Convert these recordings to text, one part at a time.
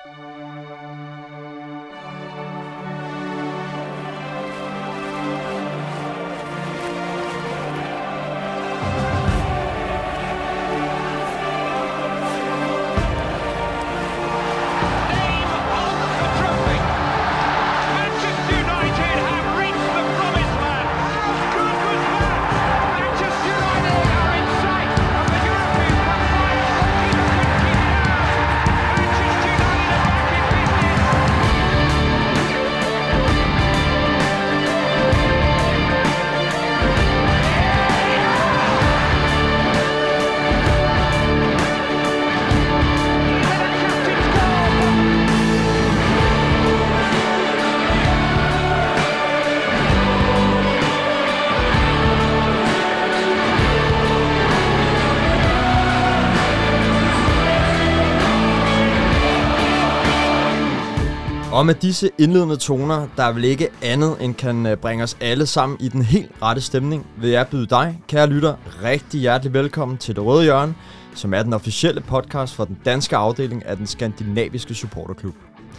Og med disse indledende toner, der er vel ikke andet end kan bringe os alle sammen i den helt rette stemning, vil jeg byde dig, kære lytter, rigtig hjertelig velkommen til Det Røde Hjørne, som er den officielle podcast for den danske afdeling af den skandinaviske supporterklub.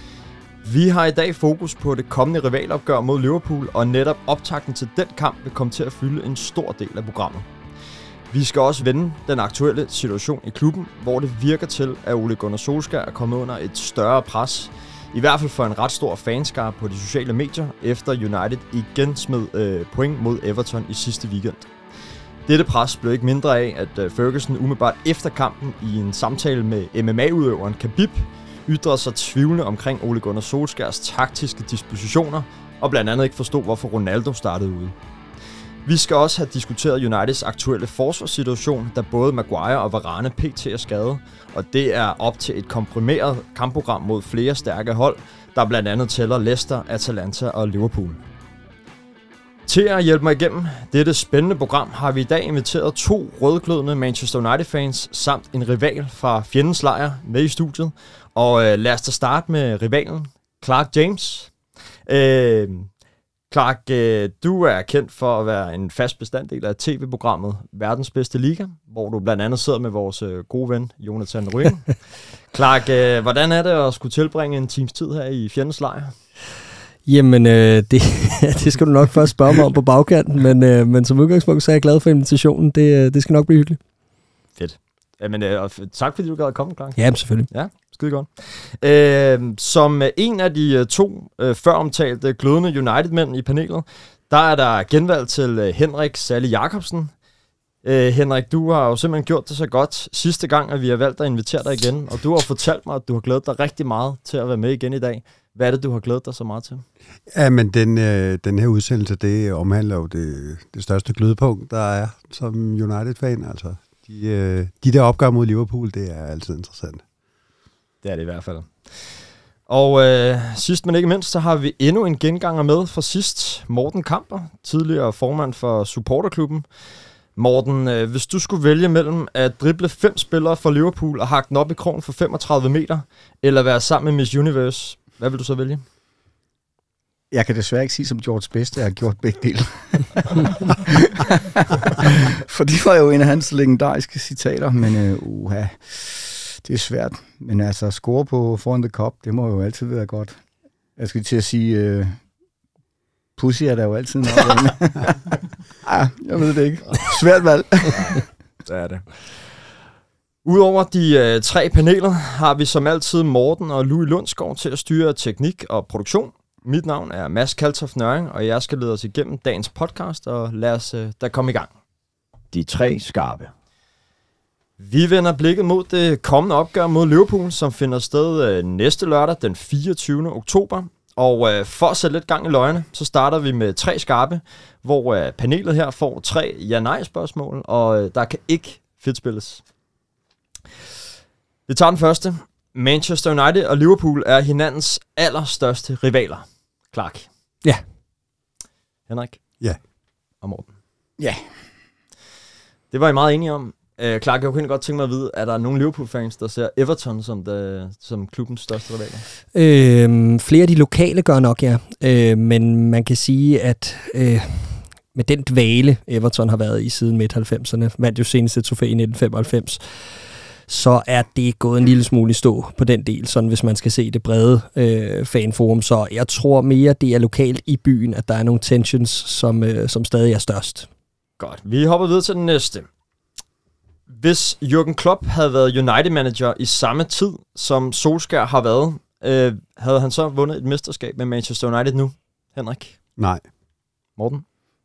Vi har i dag fokus på det kommende rivalopgør mod Liverpool, og netop optakten til den kamp vil komme til at fylde en stor del af programmet. Vi skal også vende den aktuelle situation i klubben, hvor det virker til, at Ole Gunnar Solskjaer er kommet under et større pres, i hvert fald for en ret stor fanskare på de sociale medier, efter United igen smed point mod Everton i sidste weekend. Dette pres blev ikke mindre af, at Ferguson umiddelbart efter kampen i en samtale med MMA-udøveren Khabib ytrede sig tvivlende omkring Ole Gunnar Solskjaers taktiske dispositioner, og blandt andet ikke forstod, hvorfor Ronaldo startede ude. Vi skal også have diskuteret Uniteds aktuelle forsvarssituation, da både Maguire og Varane pt. Er skadet, og det er op til et komprimeret kampprogram mod flere stærke hold, der blandt andet tæller Leicester, Atalanta og Liverpool. Til at hjælpe mig igennem dette spændende program har vi i dag inviteret 2 rødglødende Manchester United-fans samt en rival fra fjendens lejr med i studiet. Og lad os da starte med rivalen, Clark James. Clark, du er kendt for at være en fast bestanddel af tv-programmet Verdens Bedste Liga, hvor du blandt andet sidder med vores gode ven, Jonathan Røgen. Clark, hvordan er det at skulle tilbringe en times tid her i fjendens lejr? Jamen, det skal du nok først spørge mig om på bagkanten, men som udgangspunkt, så er jeg glad for invitationen. Det skal nok blive hyggeligt. Fedt. Jamen, tak fordi du gad at komme, Clark. Ja, selvfølgelig. Ja, skide godt. Som en af de 2 føromtalte glødende United-mænd i panelet, der er der genvalg til Henrik Salle Jacobsen. Henrik, du har jo simpelthen gjort det så godt sidste gang, at vi har valgt at invitere dig igen, og du har fortalt mig, at du har glædet dig rigtig meget til at være med igen i dag. Hvad er det, du har glædet dig så meget til? Ja, men den her udsendelse, det omhandler jo det største glødepunkt, der er som United-fan. Altså, de der opgør mod Liverpool, det er altid interessant. Det er det i hvert fald. Og sidst men ikke mindst, så har vi endnu en genganger med fra sidst. Morten Kamper, tidligere formand for supporterklubben. Morten, hvis du skulle vælge mellem at drible 5 spillere for Liverpool og hakke den op i krogen for 35 meter, eller være sammen med Miss Universe, hvad vil du så vælge? Jeg kan desværre ikke sige som George Best, jeg har gjort begge dele. For de var jo en af hans legendariske citater, men det er svært. Men altså, at score på foran the cup, det må jo altid være godt. Jeg skal til at sige, pussy er der jo altid noget. Jeg ved det ikke. Svært valg. Det er det. Udover de 3 paneler har vi som altid Morten og Louis Lundsgaard til at styre teknik og produktion. Mit navn er Mads Kaltoft Nøring, og jeg skal lede os igennem dagens podcast, og lad os da komme i gang. De 3 skarpe. Vi vender blikket mod det kommende opgør mod Liverpool, som finder sted næste lørdag den 24. oktober. Og for at sætte lidt gang i løgene, så starter vi med 3 skarpe, hvor panelet her får 3 ja-nej-spørgsmål, og der kan ikke fedtspilles. Vi tager den første. Manchester United og Liverpool er hinandens allerstørste rivaler. Clark? Ja. Henrik? Ja. Og Morten? Ja. Det var I meget enige om. Clark, jeg kunne godt tænke mig at vide, er der nogle Liverpool-fans, der ser Everton som klubbens største rivaler? Flere af de lokale gør nok, ja. Men man kan sige, at med den dvale, Everton har været i siden midt-90'erne, vandt jo senest et trofæ i 1995, så er det gået en lille smule i stå på den del, sådan hvis man skal se det brede fanforum. Så jeg tror mere, det er lokalt i byen, at der er nogle tensions, som stadig er størst. Godt. Vi hopper videre til den næste. Hvis Jürgen Klopp havde været United-manager i samme tid, som Solskjaer har været, havde han så vundet et mesterskab med Manchester United nu, Henrik? Nej. Morten?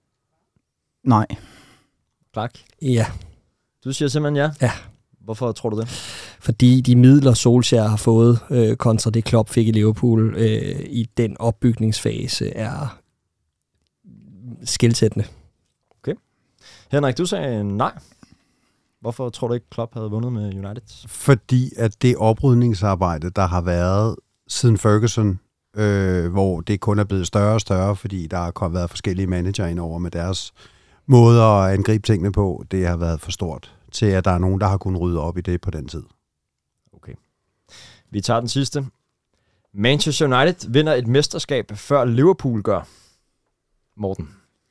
Nej. Clark? Ja. Du siger simpelthen ja? Ja. Hvorfor tror du det? Fordi de midler, Solskjaer har fået kontra det Klopp fik i Liverpool i den opbygningsfase, er skelsættende. Okay. Henrik, du sagde nej. Hvorfor tror du ikke, Klopp havde vundet med United? Fordi at det oprydningsarbejde, der har været siden Ferguson, hvor det kun er blevet større og større, fordi der har været forskellige manager indover med deres måder at angribe tingene på, det har været for stort til, at der er nogen, der har kunnet rydde op i det på den tid. Okay. Vi tager den sidste. Manchester United vinder et mesterskab, før Liverpool gør. Morten?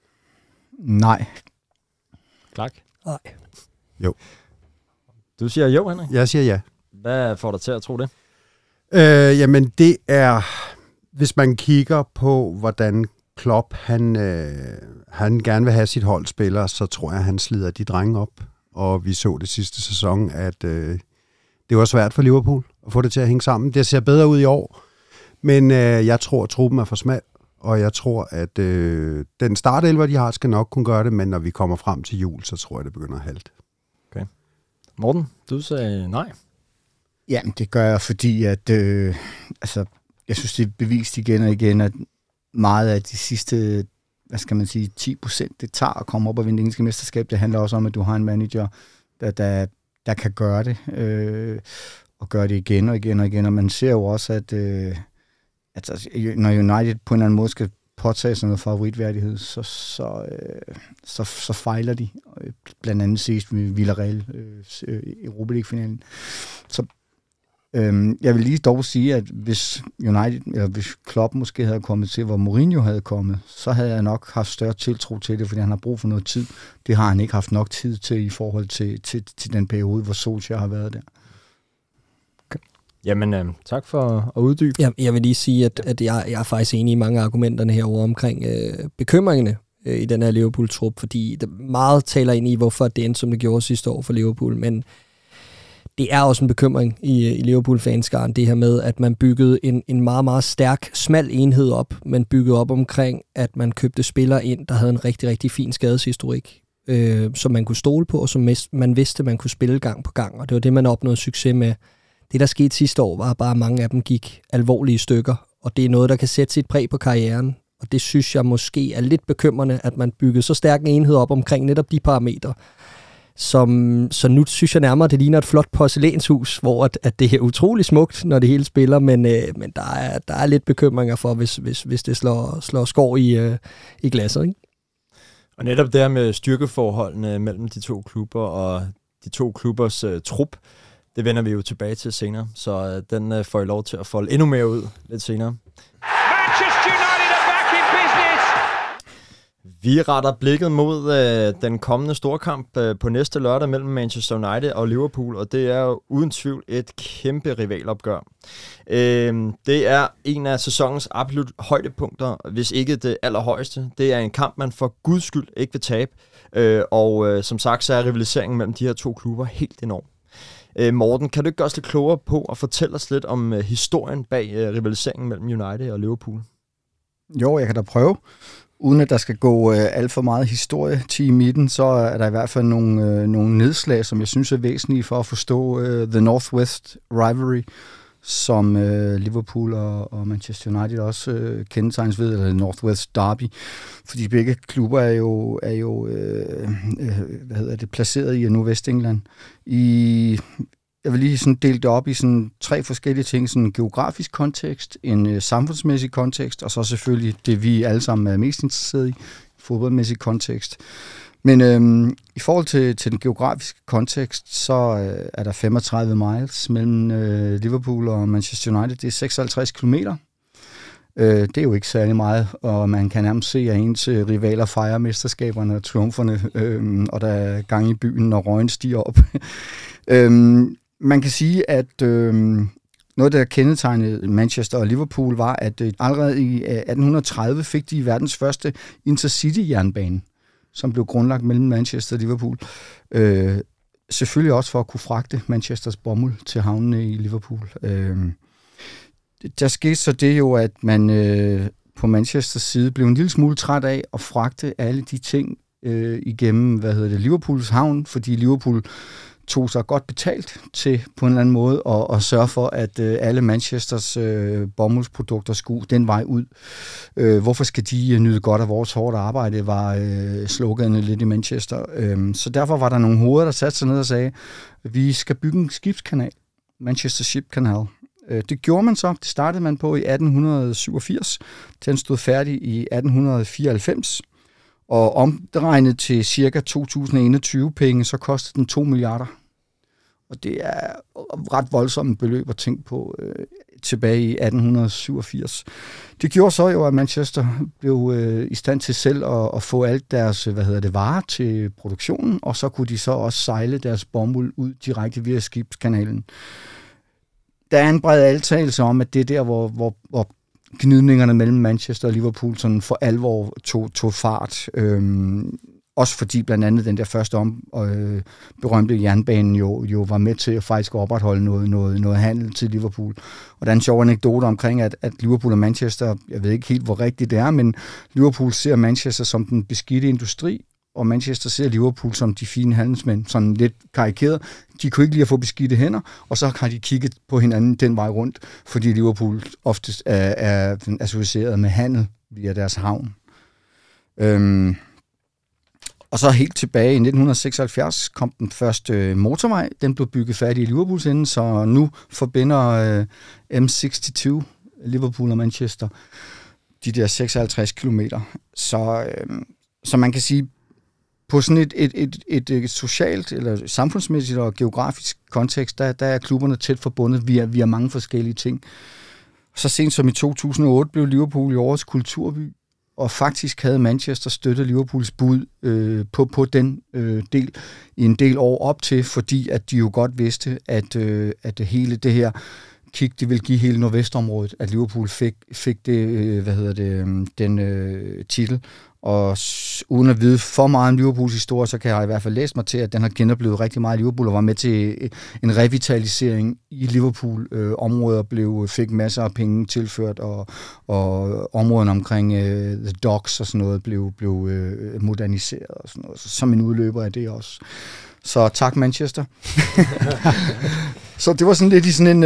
Nej. Clark? Nej. Jo. Du siger jo, Henrik? Jeg siger ja. Hvad får dig til at tro det? Jamen, det er, hvis man kigger på, hvordan Klopp, han gerne vil have sit hold spiller, så tror jeg, han slider de drenge op. Og vi så det sidste sæson, at det var svært for Liverpool at få det til at hænge sammen. Det ser bedre ud i år, men jeg tror, at truppen er for smal, og jeg tror, at den startelver, de har, skal nok kunne gøre det, men når vi kommer frem til jul, så tror jeg, det begynder at halte. Okay. Morten, du sagde nej. Jamen, det gør jeg, fordi at, jeg synes, det er bevist igen og igen, at meget af de sidste, 10%, det tager at komme op og vinde det engelske mesterskab. Det handler også om, at du har en manager, der kan gøre det, og gøre det igen og igen og igen. Og man ser jo også, at når United på en eller anden måde skal påtage sig noget favoritværdighed, så fejler de. Blandt andet ses med Villarreal Europa League-finalen. Så jeg vil lige dog sige, at hvis Klopp måske havde kommet til, hvor Mourinho havde kommet, så havde jeg nok haft større tiltro til det, fordi han har brug for noget tid. Det har han ikke haft nok tid til i forhold til den periode, hvor Solskjaer har været der. Okay. Jamen, tak for at uddybe. Jeg vil lige sige, at jeg er faktisk enig i mange af argumenterne herovre omkring bekymringerne i den her Liverpool-trup, fordi det meget taler ind i, hvorfor det endte, som det gjorde sidste år for Liverpool, men det er også en bekymring i Liverpool-fanskaren, det her med, at man byggede en meget, meget stærk, smal enhed op. Man byggede op omkring, at man købte spillere ind, der havde en rigtig, rigtig fin skadeshistorik, som man kunne stole på, og som man vidste, man kunne spille gang på gang. Og det var det, man opnåede succes med. Det, der skete sidste år, var bare, at mange af dem gik alvorlige stykker, og det er noget, der kan sætte sit præg på karrieren. Og det synes jeg måske er lidt bekymrende, at man byggede så stærk en enhed op omkring netop de parametre. Så nu synes jeg nærmere, at det ligner et flot porcelænshus, hvor at det er utrolig smukt, når det hele spiller, men der er lidt bekymringer for, hvis det slår skår i glasset, ikke? Og netop det her med styrkeforholdene mellem de to klubber og de to klubbers trup, det vender vi jo tilbage til senere, så den får I lov til at folde endnu mere ud lidt senere. Vi retter blikket mod den kommende storkamp på næste lørdag mellem Manchester United og Liverpool, og det er jo uden tvivl et kæmpe rivalopgør. Det er en af sæsonens absolut højdepunkter, hvis ikke det allerhøjeste. Det er en kamp, man for guds skyld ikke vil tabe, og som sagt, så er rivaliseringen mellem de her to klubber helt enorm. Morten, kan du ikke gøre os lidt klogere på at fortælle os lidt om historien bag rivaliseringen mellem United og Liverpool? Jo, jeg kan da prøve. Uden at der skal gå alt for meget historie til i midten, så er der i hvert fald nogle nedslag, som jeg synes er væsentlige for at forstå The Northwest Rivalry, som Liverpool og Manchester United også kendetegnes ved, eller Northwest Derby, fordi begge klubber er jo placeret i Nordvestengland. Jeg vil lige sådan dele det op i sådan 3 forskellige ting. Sådan en geografisk kontekst, en samfundsmæssig kontekst, og så selvfølgelig det, vi alle sammen er mest interesseret i, fodboldmæssig kontekst. Men i forhold til den geografiske kontekst, så er der 35 miles mellem Liverpool og Manchester United. Det er 56 kilometer. Det er jo ikke særlig meget, og man kan nærmest se, at ens rivaler fejrer mesterskaberne og triumferne, og der er gang i byen, når røgen stiger op. man kan sige, at noget, der kendetegnede Manchester og Liverpool, var, at allerede i 1830 fik de verdens første intercity-jernbane, som blev grundlagt mellem Manchester og Liverpool. Selvfølgelig også for at kunne fragte Manchesters bomuld til havnene i Liverpool. Der skete så det jo, at man på Manchesters side blev en lille smule træt af at fragte alle de ting igennem, Liverpools havn, fordi Liverpool tog sig godt betalt til på en eller anden måde at sørge for, at alle Manchesters bomuldsprodukter skulle den vej ud. Hvorfor skal de nyde godt af vores hårde arbejde, var sloganet lidt i Manchester. Så derfor var der nogle hoveder, der satte sig ned og sagde, vi skal bygge en skibskanal, Manchester Ship Canal. Det gjorde man så. Det startede man på i 1887. Den stod færdig i 1894. Og omregnet til ca. 2021 penge, så kostede den 2 milliarder. Og det er ret voldsomt beløb at tænke på tilbage i 1887. Det gjorde så jo, at Manchester blev i stand til selv at få alt deres varer til produktionen, og så kunne de så også sejle deres bomuld ud direkte via skibskanalen. Der er en bred antagelse om, at det er der, hvor gnidningerne mellem Manchester og Liverpool sådan for alvor tog fart. Også fordi blandt andet den der første berømte jernbanen jo var med til at faktisk opretholde noget handel til Liverpool. Og der er en sjov anekdote omkring, at Liverpool og Manchester, jeg ved ikke helt, hvor rigtigt det er, men Liverpool ser Manchester som den beskidte industri, og Manchester ser Liverpool som de fine handelsmænd, sådan lidt karikeret. De kunne ikke lide at få beskidte hænder, og så har de kigget på hinanden den vej rundt, fordi Liverpool oftest er associeret med handel via deres havn. Og så helt tilbage i 1976 kom den første motorvej. Den blev bygget færdig i Liverpools ende, så nu forbinder M62 Liverpool og Manchester de der 56 kilometer. Så man kan sige, på sådan et socialt eller samfundsmæssigt og geografisk kontekst, der er klubberne tæt forbundet via mange forskellige ting. Så sent som i 2008 blev Liverpool i årets kulturby, og faktisk havde Manchester støttet Liverpools bud på den del i en del år op til, fordi at de jo godt vidste, at hele det her kick, det ville give hele Nordvestområdet, at Liverpool fik det, den titel. Og uden at vide for meget om Liverpools historie, så kan jeg i hvert fald læse mig til, at den har genoplevet rigtig meget i Liverpool, og var med til en revitalisering i Liverpool-områder, fik masser af penge tilført, og områderne omkring The Docks og sådan noget blev moderniseret og sådan noget. Så som en udløber af det også. Så tak Manchester. Så det var sådan lidt i sådan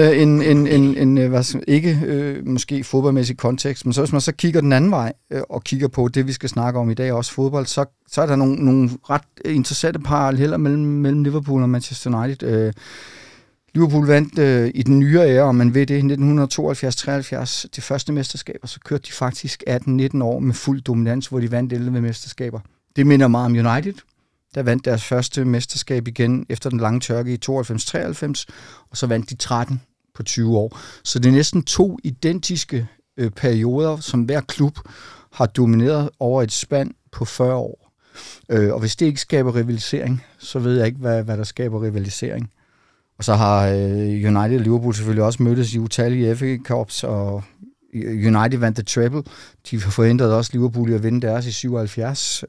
en ikke måske fodboldmæssig kontekst, men så hvis man så kigger den anden vej og kigger på det, vi skal snakke om i dag, også fodbold, så er der nogle ret interessante paralleller mellem Liverpool og Manchester United. Liverpool vandt i den nyere æra, om man ved det, 1972-73 det første mesterskab, og så kørte de faktisk 18-19 år med fuld dominans, hvor de vandt 11 mesterskaber. Det minder meget om United, der vandt deres første mesterskab igen efter den lange tørke i 92-93, og så vandt de 13 på 20 år. Så det er næsten 2 identiske perioder, som hver klub har domineret over et spand på 40 år. Og hvis det ikke skaber rivalisering, så ved jeg ikke, hvad der skaber rivalisering. Og så har United og Liverpool selvfølgelig også mødtes i utallige FA Cups, og United vandt the treble. De forhindrede også Liverpool i at vinde deres i 77.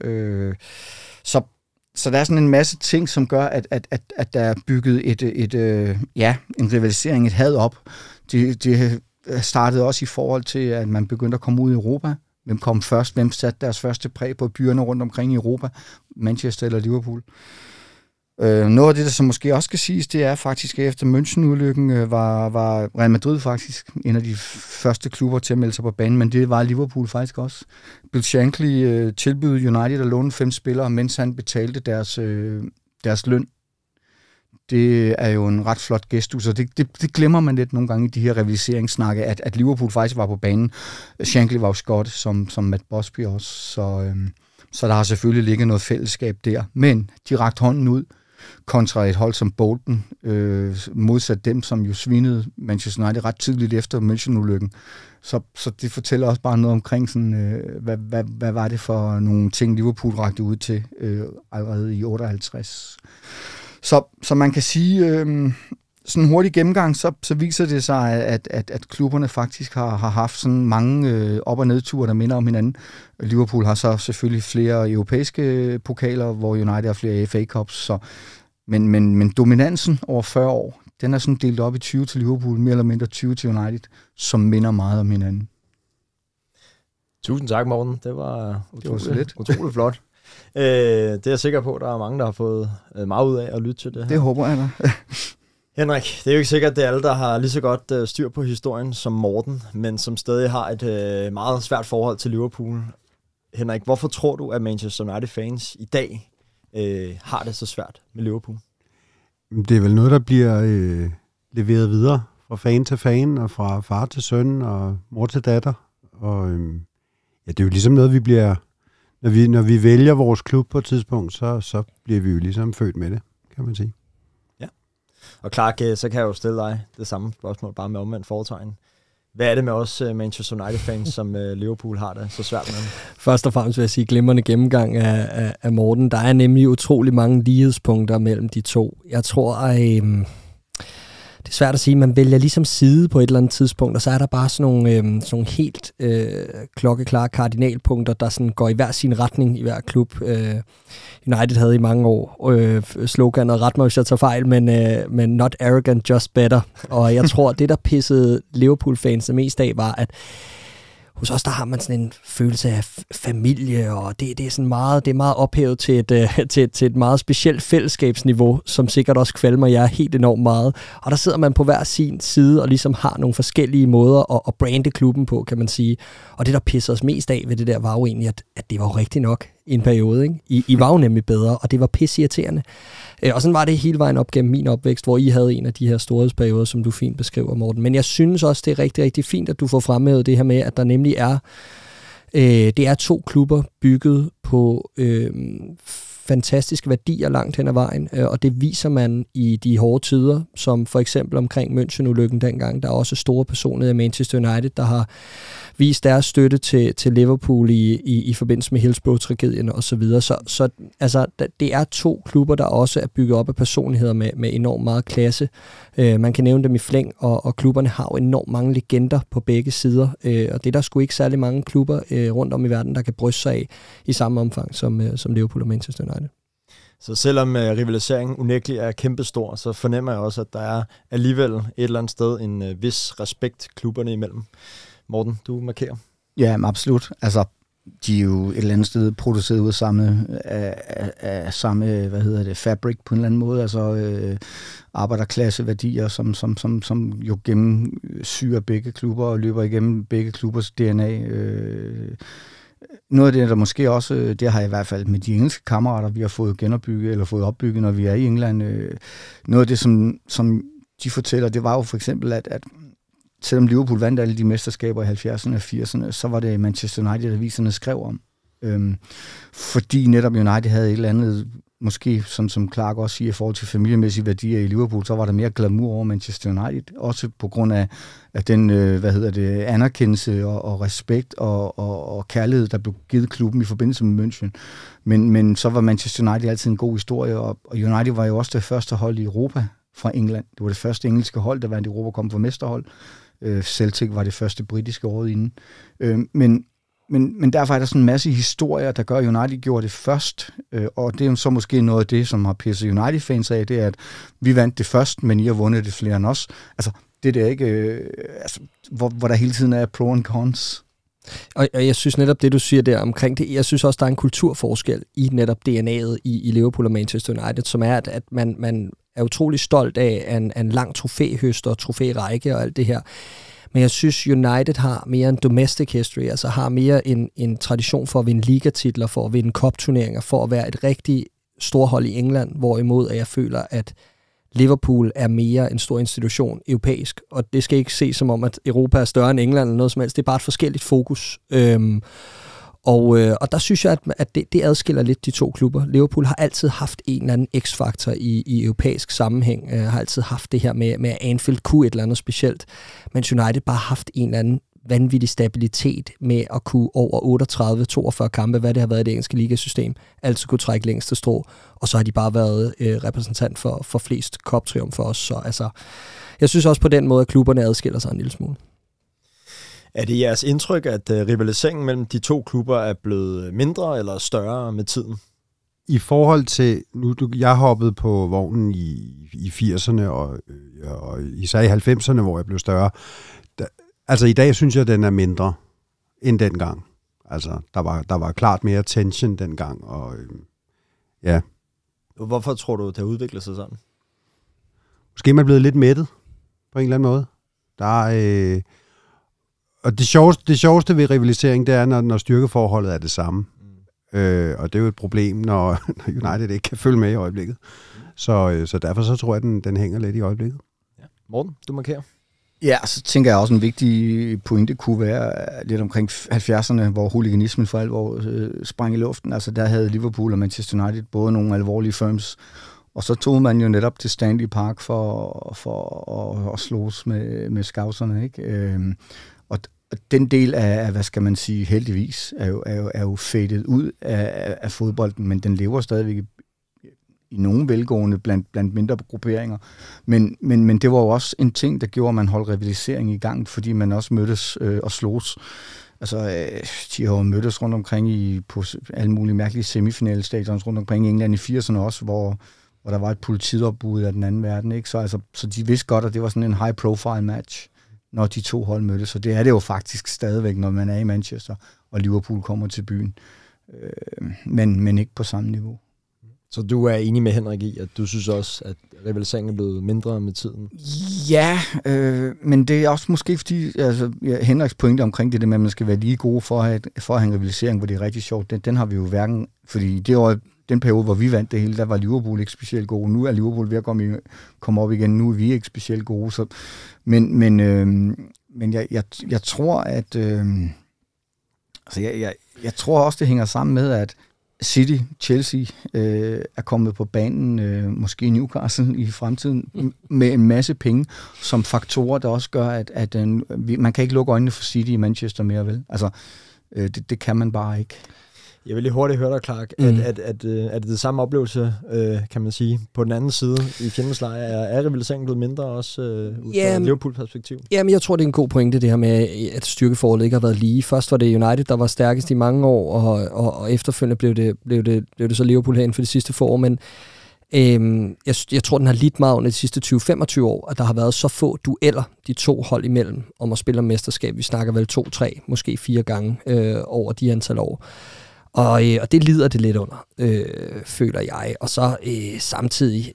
Så der er sådan en masse ting, som gør, at der er bygget en rivalisering, et had op. Det startede også i forhold til, at man begyndte at komme ud i Europa. Hvem kom først? Hvem satte deres første præg på byerne rundt omkring i Europa? Manchester eller Liverpool? Noget af det, der så måske også skal siges, det er faktisk, at efter München-ulykken var Real Madrid faktisk en af de første klubber til at melde sig på banen, men det var Liverpool faktisk også. Bill Shankly tilbød United at låne 5 spillere, mens han betalte deres løn. Det er jo en ret flot gestus, og det glemmer man lidt nogle gange i de her rivaliseringssnakke, at Liverpool faktisk var på banen. Shankly var jo skot, som Matt Busby også, så der har selvfølgelig ligget noget fællesskab der. Men de rakte hånden ud kontra et hold som Bolton, modsat dem, som jo svinede Manchester United ret tidligt efter München-ulykken. Så det fortæller også bare noget omkring, sådan, hvad var det for nogle ting, Liverpool rakte ud til allerede i 58. Så man kan sige, sådan en hurtig gennemgang, så viser det sig, at klubberne faktisk har haft sådan mange op- og nedture, der minder om hinanden. Liverpool har så selvfølgelig flere europæiske pokaler, hvor United har flere FA Cups. Så, men dominansen over 40 år, den er sådan delt op i 20 til Liverpool, mere eller mindre 20 til United, som minder meget om hinanden. Tusind tak, Morten. Det var utroligt flot. Det er jeg sikker på, at der er mange, der har fået meget ud af at lytte til det her. Det håber jeg da. Henrik, det er jo ikke sikkert, at det er alle, der har lige så godt styr på historien som Morten, men som stadig har et meget svært forhold til Liverpool. Henrik, hvorfor tror du, at Manchester United-fans i dag har det så svært med Liverpool? Det er vel noget, der bliver leveret videre fra fan til fan, og fra far til søn, og mor til datter. Og det er jo ligesom noget, vi bliver... Når vi vælger vores klub på et tidspunkt, så bliver vi jo ligesom født med det, kan man sige. Ja. Og Clark, så kan jeg jo stille dig det samme spørgsmål, bare med omvendt foretegn. Hvad er det med os Manchester United-fans, som Liverpool har det så svært med? Først og fremmest vil jeg sige glimrende gennemgang af Morten. Der er nemlig utrolig mange lighedspunkter mellem de to. Jeg tror, det er svært at sige, man vælger ligesom side på et eller andet tidspunkt, og så er der bare sådan nogle helt klokkeklare kardinalpunkter, der sådan går i hver sin retning i hver klub. United havde i mange år sloganet, ret mig hvis jeg tager fejl, men not arrogant, just better. Og jeg tror, det der pissede Liverpool-fans mest af, var, at hos os, der har man sådan en følelse af familie, og det er sådan meget, det er meget ophævet til et meget specielt fællesskabsniveau, som sikkert også kvalmer jer helt enormt meget. Og der sidder man på hver sin side og ligesom har nogle forskellige måder at brande klubben på, kan man sige. Og det, der pisser os mest af ved det der, var jo egentlig, at det var jo rigtigt nok i en periode. Ikke? I var jo nemlig bedre, og det var pisseirriterende. Og sådan var det hele vejen op gennem min opvækst, hvor I havde en af de her storhedsperioder, som du fint beskriver, Morten. Men jeg synes også, det er rigtig, rigtig fint, at du får fremhævet det her med, at der nemlig er, det er to klubber bygget på fantastiske værdier langt hen ad vejen, og det viser man i de hårde tider, som for eksempel omkring München-ulykken dengang. Der er også store personer i Manchester United, der har vist deres støtte til Liverpool i forbindelse med Hillsborough-tragedien og så videre. Så altså, det er to klubber, der også er bygget op af personligheder med enormt meget klasse. Man kan nævne dem i flæng, og klubberne har jo enormt mange legender på begge sider, og det er der sgu ikke særlig mange klubber rundt om i verden, der kan bryste sig af i samme omfang som Liverpool og Manchester United. Så selvom rivaliseringen unægteligt er kæmpestor, så fornemmer jeg også, at der er alligevel et eller andet sted en vis respekt klubberne imellem. Morten, du markerer. Ja, absolut. Altså, de er jo et eller andet sted produceret ud af samme, fabric på en eller anden måde, altså arbejderklasseværdier, som jo gennemsyrer begge klubber og løber igennem begge klubbers DNA. Noget af det, der måske også, det har jeg i hvert fald med de engelske kammerater, vi har fået genopbygget eller fået opbygget, når vi er i England. Noget af det, som de fortæller, det var jo for eksempel, at selvom Liverpool vandt alle de mesterskaber i 70'erne og 80'erne, så var det Manchester United, aviserne skrev om. Fordi netop United havde et eller andet, måske som Clark også siger, i forhold til familiemæssige værdier i Liverpool, så var der mere glamour over Manchester United, også på grund af den anerkendelse og respekt og kærlighed, der blev givet klubben i forbindelse med München. Men så var Manchester United altid en god historie, og United var jo også det første hold i Europa fra England. Det var det første engelske hold, der vandt Europa, kom fra mesterhold. Celtic var det første britiske året inden. Men derfor er der sådan en masse historier, der gør, at United gjorde det først, og det er jo så måske noget af det, som har pisset United-fans af, det er, at vi vandt det først, men I har vundet det flere end os. Altså, det der ikke, hvor der hele tiden er pro and cons. Og jeg synes netop det, du siger der omkring det, jeg synes også, der er en kulturforskel i netop DNA'et i Liverpool og Manchester United, som er, at man er utrolig stolt af en lang trofæhøst og trofærække og alt det her. Men jeg synes, United har mere en domestic history, altså har mere en tradition for at vinde ligatitler, for at vinde cup-turneringer, for at være et rigtig storhold i England, hvorimod jeg føler, at Liverpool er mere en stor institution europæisk, og det skal ikke ses som om, at Europa er større end England eller noget som helst. Det er bare et forskelligt fokus. Og der synes jeg, at det adskiller lidt de to klubber. Liverpool har altid haft en eller anden x-faktor i europæisk sammenhæng, har altid haft det her med at Anfield kunne et eller andet specielt, mens United bare har haft en eller anden vanvittig stabilitet med at kunne over 38-42 kampe, hvad det har været i det engelske ligasystem, altid kunne trække længste strå, og så har de bare været repræsentant for flest cup-triumfer også. Så altså, jeg synes også på den måde, at klubberne adskiller sig en lille smule. Er det jeres indtryk, at rivaliseringen mellem de to klubber er blevet mindre eller større med tiden? I forhold til, jeg hoppede på vognen i 80'erne, og især i 90'erne, hvor jeg blev større. Altså i dag synes jeg, den er mindre end dengang. Altså, der var klart mere tension dengang, og ja. Hvorfor tror du, det har udviklet sig sådan? Måske man er blevet lidt mættet, på en eller anden måde. Og det sjoveste ved rivalisering, det er, når styrkeforholdet er det samme. Og det er jo et problem, når United ikke kan følge med i øjeblikket. Så derfor så tror jeg, den hænger lidt i øjeblikket. Ja. Morten, du markerer. Ja, så tænker jeg også en vigtig pointe kunne være lidt omkring 70'erne, hvor huliganismen for alvor sprang i luften. Altså der havde Liverpool og Manchester United både nogle alvorlige firms, og så tog man jo netop til Stanley Park for at slås med scouserne, ikke? Og den del af, hvad skal man sige, heldigvis, er jo fadet ud af fodbolden, men den lever stadigvæk i nogle velgående blandt mindre grupperinger. Men det var jo også en ting, der gjorde, at man holdt rivalisering i gang, fordi man også mødtes og slogs. Altså, de har jo mødtes rundt omkring på alle mulige mærkelige semifinalestadions rundt omkring i England i 80'erne også, hvor der var et politiopbud af den anden verden, ikke? Så de vidste godt, at det var sådan en high-profile match, når de to hold mødtes. Så det er det jo faktisk stadigvæk, når man er i Manchester, og Liverpool kommer til byen. Men ikke på samme niveau. Så du er enig med Henrik i, at du synes også, at rivaliseringen er blevet mindre med tiden? Ja, men det er også måske fordi, altså, Henriks pointe omkring det med, at man skal være lige gode for at have en rivalisering, hvor det er rigtig sjovt, den har vi jo hverken, fordi det var den periode, hvor vi vandt det hele, der var Liverpool ikke specielt gode. Nu er Liverpool ved at komme op igen, nu er vi ikke specielt gode. Så, men jeg tror, at jeg tror også, det hænger sammen med, at City, Chelsea er kommet på banen, måske Newcastle i fremtiden, med en masse penge, som faktorer, der også gør, at man kan ikke lukke øjnene for City i Manchester mere, vel? Altså, det kan man bare ikke. Jeg vil lige hurtigt høre dig, Clark. Er det samme oplevelse, kan man sige, på den anden side i fjendens lejr? Er rivaliseringen blevet mindre også ud fra Liverpool-perspektiv? Jamen, jeg tror, det er en god pointe, det her med, at styrkeforholdet ikke har været lige. Først var det United, der var stærkest i mange år, og efterfølgende blev det så Liverpool herinde for de sidste få år, men jeg tror, den har lidt meget under de sidste 20-25 år, at der har været så få dueller, de to hold imellem, om at spille om mesterskab. Vi snakker vel 2-3, måske 4 gange over de antal år. Og det lider det lidt under, føler jeg. Og så samtidig,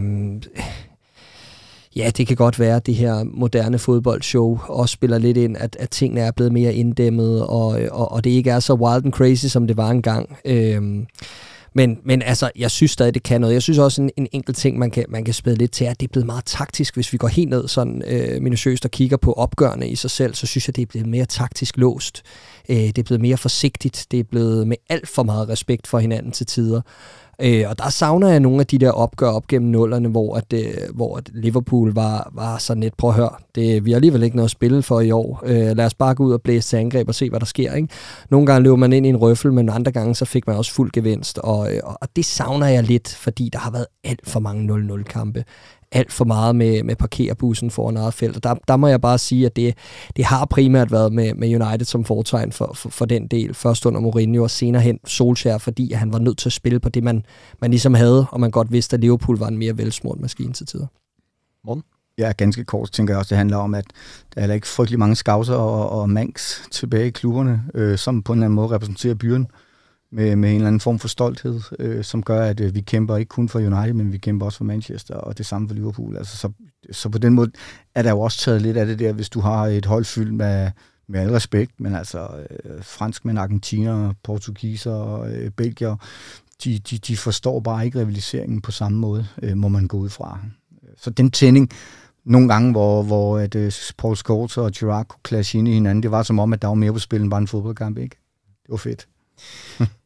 ja, det kan godt være, at det her moderne fodboldshow også spiller lidt ind, at tingene er blevet mere inddæmmet, og det ikke er så wild and crazy, som det var engang. Men altså, jeg synes stadig, det kan noget. Jeg synes også, en enkelt ting, man kan spæde lidt til, at det er blevet meget taktisk. Hvis vi går helt ned sådan minutiøst og kigger på opgørene i sig selv, så synes jeg, det er blevet mere taktisk låst. Det er blevet mere forsigtigt. Det er blevet med alt for meget respekt for hinanden til tider. Og der savner jeg nogle af de der opgør op gennem nullerne, hvor Liverpool var sådan lidt, prøv at høre, vi har alligevel ikke noget at spille for i år. Lad os bare gå ud og blæse til angreb og se, hvad der sker. Ikke? Nogle gange løber man ind i en røffel, men andre gange så fik man også fuld gevinst. Og det savner jeg lidt, fordi der har været alt for mange 0-0-kampe. Alt for meget med parkerbussen foran eget felt. Og der må jeg bare sige, at det har primært været med United som fortegn for den del. Først under Mourinho og senere hen Solskjaer, fordi han var nødt til at spille på det, man ligesom havde, og man godt vidste, at Liverpool var en mere velsmurt maskine til tider. Morten? Ja, ganske kort tænker jeg også, det handler om, at der er ikke frygtelig mange scouser og manks tilbage i klubberne, som på en eller anden måde repræsenterer byen med en eller anden form for stolthed, som gør, at vi kæmper ikke kun for United, men vi kæmper også for Manchester, og det samme for Liverpool. Altså, så på den måde er der jo også taget lidt af det der, hvis du har et hold fyldt med al respekt, men altså franskmænd, argentiner, portugiser, belgier, de forstår bare ikke rivaliseringen på samme måde, må man gå ud fra. Så den tænding, nogle gange, hvor at, Paul Scholes og Gerrard kunne clashe ind i hinanden, det var som om, at der var mere på spil end bare en fodboldkamp, ikke? Det var fedt.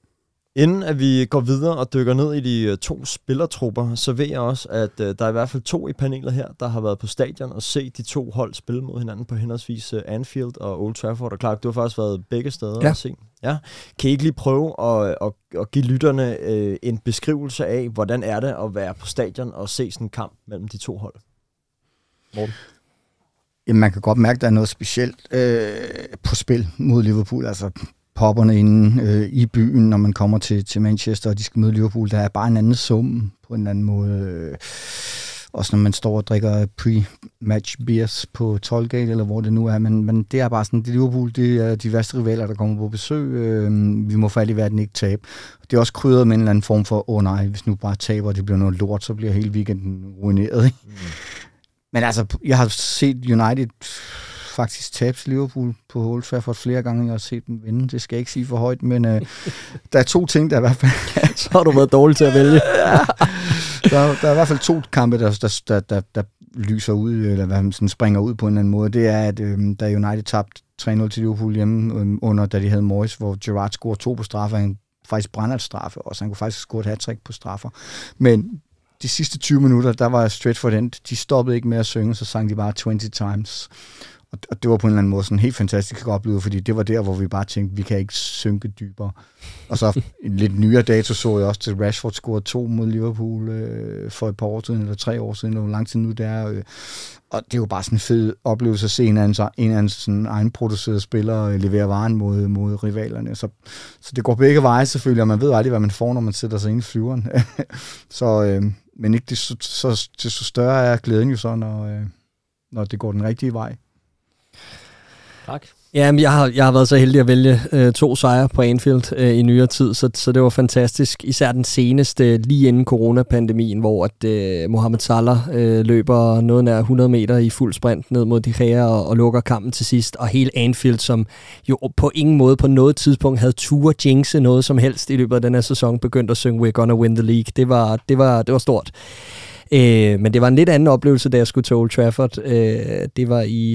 Inden at vi går videre og dykker ned i de 2 spillertrupper, så ved jeg også, at der er i hvert fald 2 i panelet her, der har været på stadion og set de 2 hold spille mod hinanden på henholdsvis Anfield og Old Trafford. Og Clark, du har faktisk været begge steder at se. Ja. Kan I ikke lige prøve at give lytterne en beskrivelse af, hvordan er det at være på stadion og se sådan en kamp mellem de 2 hold? Morten? Jamen, man kan godt mærke, at der er noget specielt på spil mod Liverpool. Altså popperne inde i byen, når man kommer til Manchester, og de skal møde Liverpool. Der er bare en anden sum på en anden måde. Også når man står og drikker pre-match beers på Tollgate, eller hvor det nu er. Men det er bare sådan, det Liverpool, det er de værste rivaler, der kommer på besøg. Vi må for alt i verden ikke tabe. Det er også krydret med en eller anden form for, nej, hvis nu bare taber, det bliver noget lort, så bliver hele weekenden ruineret. Ikke? Men altså, jeg har set United faktisk tabe til Liverpool på Old Trafford flere gange, jeg har set dem vinde. Det skal jeg ikke sige for højt, men der er 2 ting, der i hvert fald... Så har du været dårlig til at vælge. der er i hvert fald 2 kampe, der lyser ud, eller hvad man sådan springer ud på en eller anden måde. Det er, at da United tabte 3-0 til Liverpool hjemme, under da de havde Moyes, hvor Gerrard scorede 2 på straffer, han faktisk brænder et straffe, og så han kunne faktisk score et hat-trick på straffer. Men de sidste 20 minutter, der var Stretford End, de stoppede ikke med at synge, så sang de bare 20 times. Og det var på en eller anden måde sådan en helt fantastisk oplevelse, fordi det var der, hvor vi bare tænkte, vi kan ikke synke dybere. Og så en lidt nyere dato så jeg også til Rashford scorede 2 mod Liverpool for et par år siden, eller 3 år siden, eller hvor lang tid nu det er. Og det er jo bare sådan en fed oplevelse at se en af hans sådan egenproducerede spillere levere varen mod rivalerne. Så det går begge veje selvfølgelig, og man ved aldrig, hvad man får, når man sætter sig ind i flyveren. Men ikke så større er glæden jo så, når det går den rigtige vej. Tak. Jamen, jeg har været så heldig at vælge 2 sejre på Anfield i nyere tid, så det var fantastisk. Især den seneste, lige inden coronapandemien, hvor at Mohamed Salah løber noget nær 100 meter i fuld sprint ned mod De Gea og lukker kampen til sidst. Og hele Anfield, som jo på ingen måde på noget tidspunkt havde tur jinxe noget som helst i løbet af den her sæson, begyndte at synge We're Gonna Win the League. Det var stort. Men det var en lidt anden oplevelse, da jeg skulle til Old Trafford. Det var i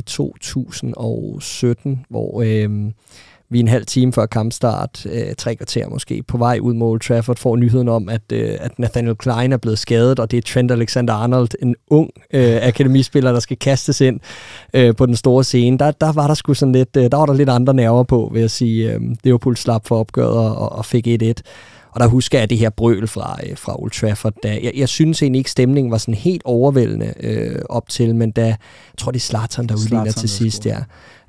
2017, hvor vi en halv time før kampstart, 3 kvarter måske, på vej ud mod Old Trafford, får nyheden om, at Nathaniel Klein er blevet skadet, og det er Trent Alexander-Arnold, en ung akademispiller, der skal kastes ind på den store scene. Der var der sgu sådan lidt, der var der lidt andre nerver på, vil jeg sige. Liverpool slap for opgøret og fik 1-1. Og der husker jeg det her brøl fra Old Trafford. Jeg synes egentlig ikke, stemningen var sådan helt overvældende op til, men jeg tror, det er Zlatan, der udligner til sidst, ja.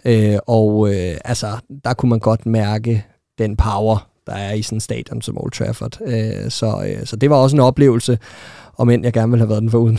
Altså, der kunne man godt mærke den power, der er i sådan en stadion som Old Trafford. Så det var også en oplevelse, om end jeg gerne ville have været den foruden.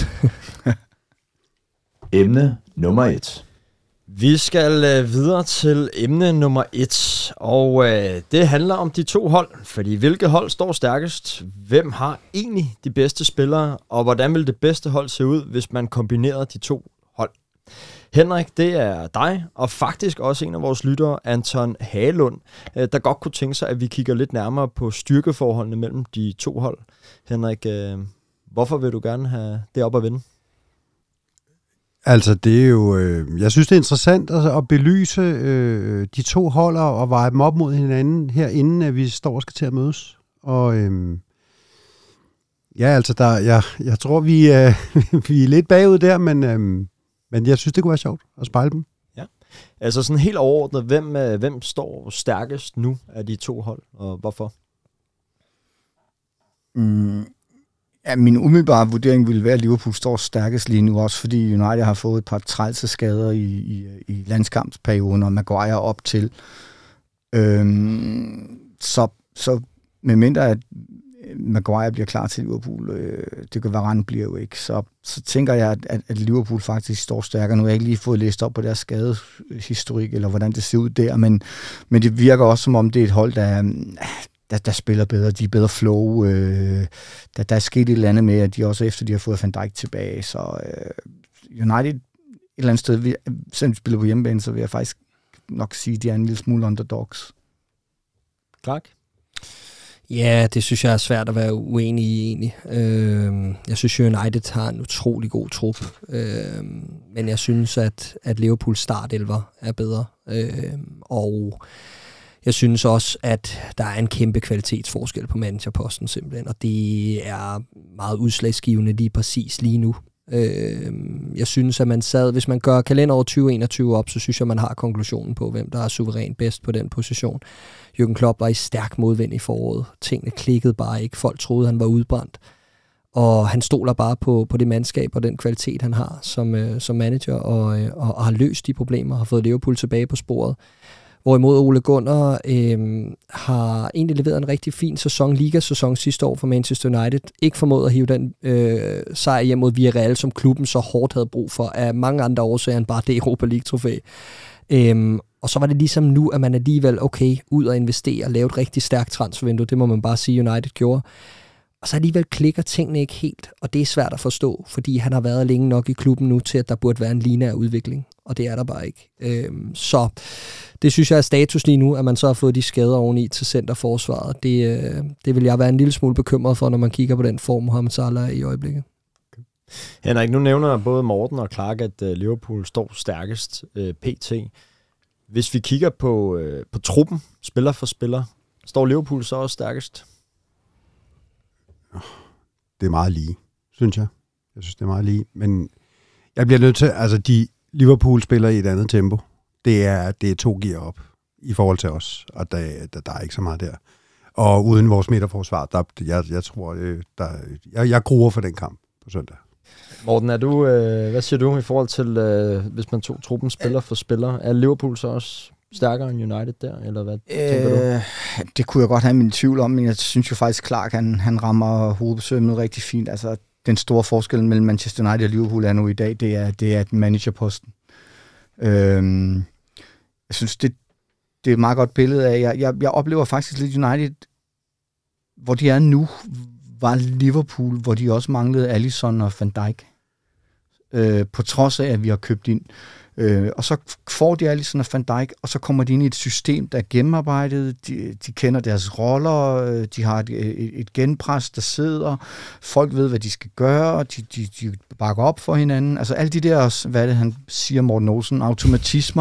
Emne nummer 1. Vi skal videre til emne nummer 1, og det handler om de 2 hold, fordi hvilket hold står stærkest, hvem har egentlig de bedste spillere, og hvordan vil det bedste hold se ud, hvis man kombinerede de 2 hold. Henrik, det er dig, og faktisk også en af vores lyttere, Anton Hagelund, der godt kunne tænke sig, at vi kigger lidt nærmere på styrkeforholdene mellem de 2 hold. Henrik, hvorfor vil du gerne have det op at vinde? Altså, det er jo... jeg synes, det er interessant at belyse de 2 hold og veje dem op mod hinanden her, inden at vi står og skal til at mødes. Og ja, altså, jeg tror, vi er lidt bagud der, men jeg synes, det kunne være sjovt at spejle dem. Ja, altså sådan helt overordnet, hvem står stærkest nu af de 2 hold, og hvorfor? Ja, min umiddelbare vurdering ville være, at Liverpool står stærkest lige nu, også fordi United har fået et par trælse skader i landskampsperioden, og Maguire op til. Så medmindre at Maguire bliver klar til Liverpool, det kan Varane bliver jo ikke, så tænker jeg, at Liverpool faktisk står stærkere. Nu har jeg ikke lige fået læst op på deres skadehistorik, eller hvordan det ser ud der, men det virker også, som om det er et hold, der spiller bedre, de er bedre flow. Der er sket et eller andet med, at de også efter de har fået Van Dijk tilbage. Så United et eller andet sted, selvom de spiller på hjemmebane, så vil jeg faktisk nok sige, at de er en lille smule underdogs. Clark? Ja, det synes jeg er svært at være uenig i egentlig. Jeg synes, United har en utrolig god trup. Men jeg synes, at Liverpools startelver er bedre. Og Jeg synes også, at der er en kæmpe kvalitetsforskel på managerposten simpelthen, og det er meget udslagsgivende lige præcis lige nu. Jeg synes, at hvis man gør kalenderåret 2021 op, så synes jeg, man har konklusionen på, hvem der er suverænt bedst på den position. Jürgen Klopp var i stærk modvind i foråret. Tingene klikkede bare ikke. Folk troede, han var udbrændt. Og han stoler bare på det mandskab og den kvalitet, han har som manager, og har løst de problemer, har fået Liverpool tilbage på sporet. Hvorimod Ole Gunnar har egentlig leveret en rigtig fin ligasæson sidste år for Manchester United. Ikke formået at hive den sejr hjem mod Villarreal, som klubben så hårdt havde brug for, af mange andre årsager end bare det Europa League-trofæ. Og så var det ligesom nu, at man alligevel ud og investere og lave et rigtig stærkt transfervindue. Det må man bare sige, United gjorde. Og så alligevel klikker tingene ikke helt, og det er svært at forstå, fordi han har været længe nok i klubben nu til, at der burde være en lineær udvikling, og det er der bare ikke. Så det synes jeg er status lige nu, at man så har fået de skader oveni til centerforsvaret. Det vil jeg være en lille smule bekymret for, når man kigger på den form, Mohamed Salah i øjeblikket. Henrik, nu nævner både Morten og Clark, at Liverpool står stærkest pt. Hvis vi kigger på truppen, spiller for spiller, står Liverpool så også stærkest? Det er meget lige, synes jeg. Jeg synes, det er meget lige. Men jeg bliver nødt til, altså de Liverpool spiller i et andet tempo. Det er 2 gear op i forhold til os, og der er ikke så meget der. Og uden vores midterforsvar, jeg tror, jeg gruer for den kamp på søndag. Morten, hvad siger du i forhold til, hvis man tog truppen spiller for spiller? Er Liverpool så også stærkere end United der, eller hvad tænker du? Det kunne jeg godt have min tvivl om, men jeg synes jo faktisk, Clark, han rammer hovedbesømmet rigtig fint. Altså, den store forskel mellem Manchester United og Liverpool er nu i dag, det er managerposten. Jeg synes, det er et meget godt billede af. Jeg oplever faktisk lidt United, hvor de er nu, var Liverpool, hvor de også manglede Alisson og Van Dijk. På trods af, at vi har købt ind. Og så får de Alisson og Van Dijk, og så kommer de ind i et system, der er gennemarbejdet. De kender deres roller, de har et genpres, der sidder. Folk ved, hvad de skal gøre, de bakker op for hinanden. Altså alle de der, hvad er det, han siger, Morten Olsen, automatismer.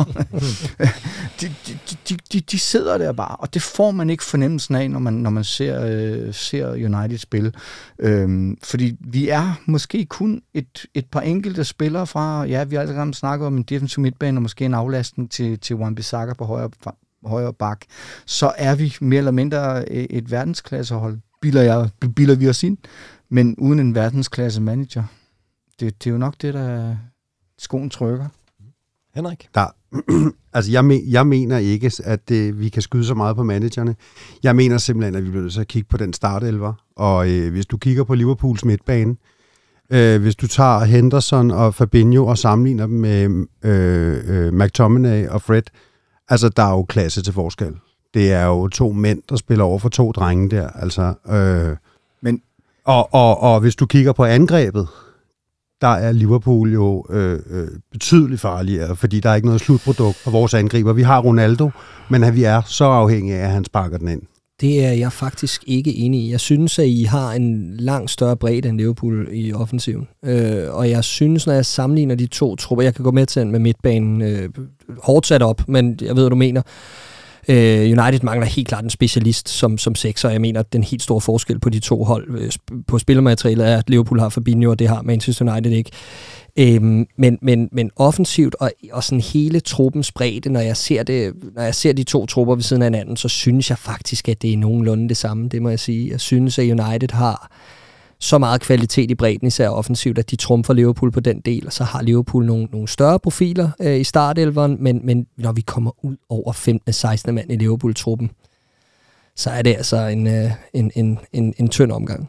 de sidder der bare, og det får man ikke fornemmelsen af, når man ser United spille. Fordi vi er måske kun et par enkelte spillere fra, ja, vi har alle sammen snakket om en defensiv midtbane, og måske en aflastning til Wan-Bissaka på højre bak, så er vi mere eller mindre et verdensklassehold, bilder vi os ind, men uden en verdensklasse manager. Det er jo nok det, der skoen trykker. Henrik? Altså, jeg mener ikke, at vi kan skyde så meget på managerne. Jeg mener simpelthen, at vi bliver nødt til at kigge på den startelver, og hvis du kigger på Liverpools midtbane, hvis du tager Henderson og Fabinho og sammenligner dem med McTominay og Fred, altså der er jo klasse til forskel. Det er jo 2 mænd, der spiller over for 2 drenge der. Altså, men og hvis du kigger på angrebet, der er Liverpool jo betydeligt farligere, fordi der er ikke noget slutprodukt på vores angriber. Vi har Ronaldo, men vi er så afhængige af, at han sparker den ind. Det er jeg faktisk ikke enig i. Jeg synes, at I har en langt større bredde end Liverpool i offensiven. Og jeg synes, når jeg sammenligner de 2 trupper, jeg kan gå med til den med midtbanen hårdt sat op, men jeg ved, hvad du mener. United mangler helt klart en specialist som sekser. Jeg mener, at den helt store forskel på de 2 hold på spillermaterialet er, at Liverpool har Fabinho, og det har Manchester United ikke. Men offensivt og sådan hele truppens bredde, når jeg ser de 2 trupper ved siden af hinanden, så synes jeg faktisk, at det er nogenlunde det samme, det må jeg sige. Jeg synes, at United har så meget kvalitet i bredden, især offensivt, at de trumfer Liverpool på den del, og så har Liverpool nogle større profiler i startelveren, men når vi kommer ud over 15. 16. mand i Liverpool-truppen, så er det altså en tynd omgang.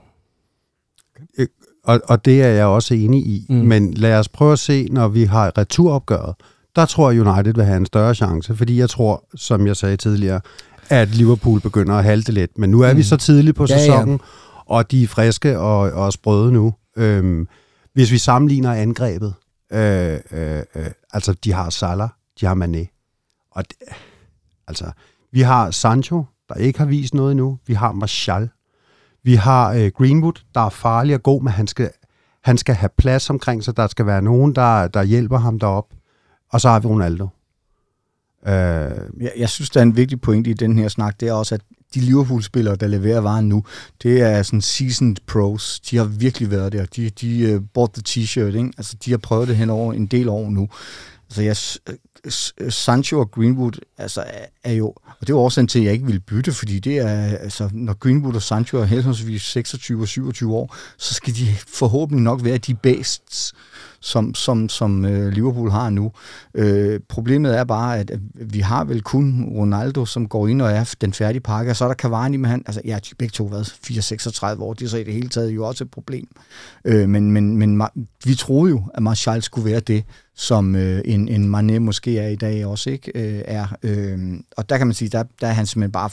Og det er jeg også enig i. Men lad os prøve at se, når vi har returopgøret, der tror jeg, United vil have en større chance, fordi jeg tror, som jeg sagde tidligere, at Liverpool begynder at halte lidt. Men nu er vi så tidligt på sæsonen, og de er friske og sprøde nu. Hvis vi sammenligner angrebet, altså de har Salah, de har Mané, og altså vi har Sancho, der ikke har vist noget endnu. Vi har Martial. Vi har Greenwood, der er farlig og god, men han skal have plads omkring sig. Der skal være nogen, der hjælper ham derop. Og så har vi Ronaldo. Jeg synes, der er en vigtig pointe i den her snak, det er også, at de Liverpool-spillere, der leverer varen nu, det er sådan seasoned pros. De har virkelig været der. De bought the t-shirt, ikke? Altså, de har prøvet det hen over en del år nu. Altså, Sancho og Greenwood altså, er jo, og det er årsagen til, at jeg ikke vil bytte, fordi det er, altså, når Greenwood og Sancho er heldigvis 26 og 27 år, så skal de forhåbentlig nok være de bedste, som Liverpool har nu. Problemet er bare, at vi har vel kun Ronaldo, som går ind og er den færdige pakke, og så er der Cavani med han, altså ja, de begge to har været 4-36 år, det er så i det hele taget jo også et problem. Men vi troede jo, at Martial skulle være det, som en Mané måske er i dag også, ikke? Og der kan man sige, der er han simpelthen bare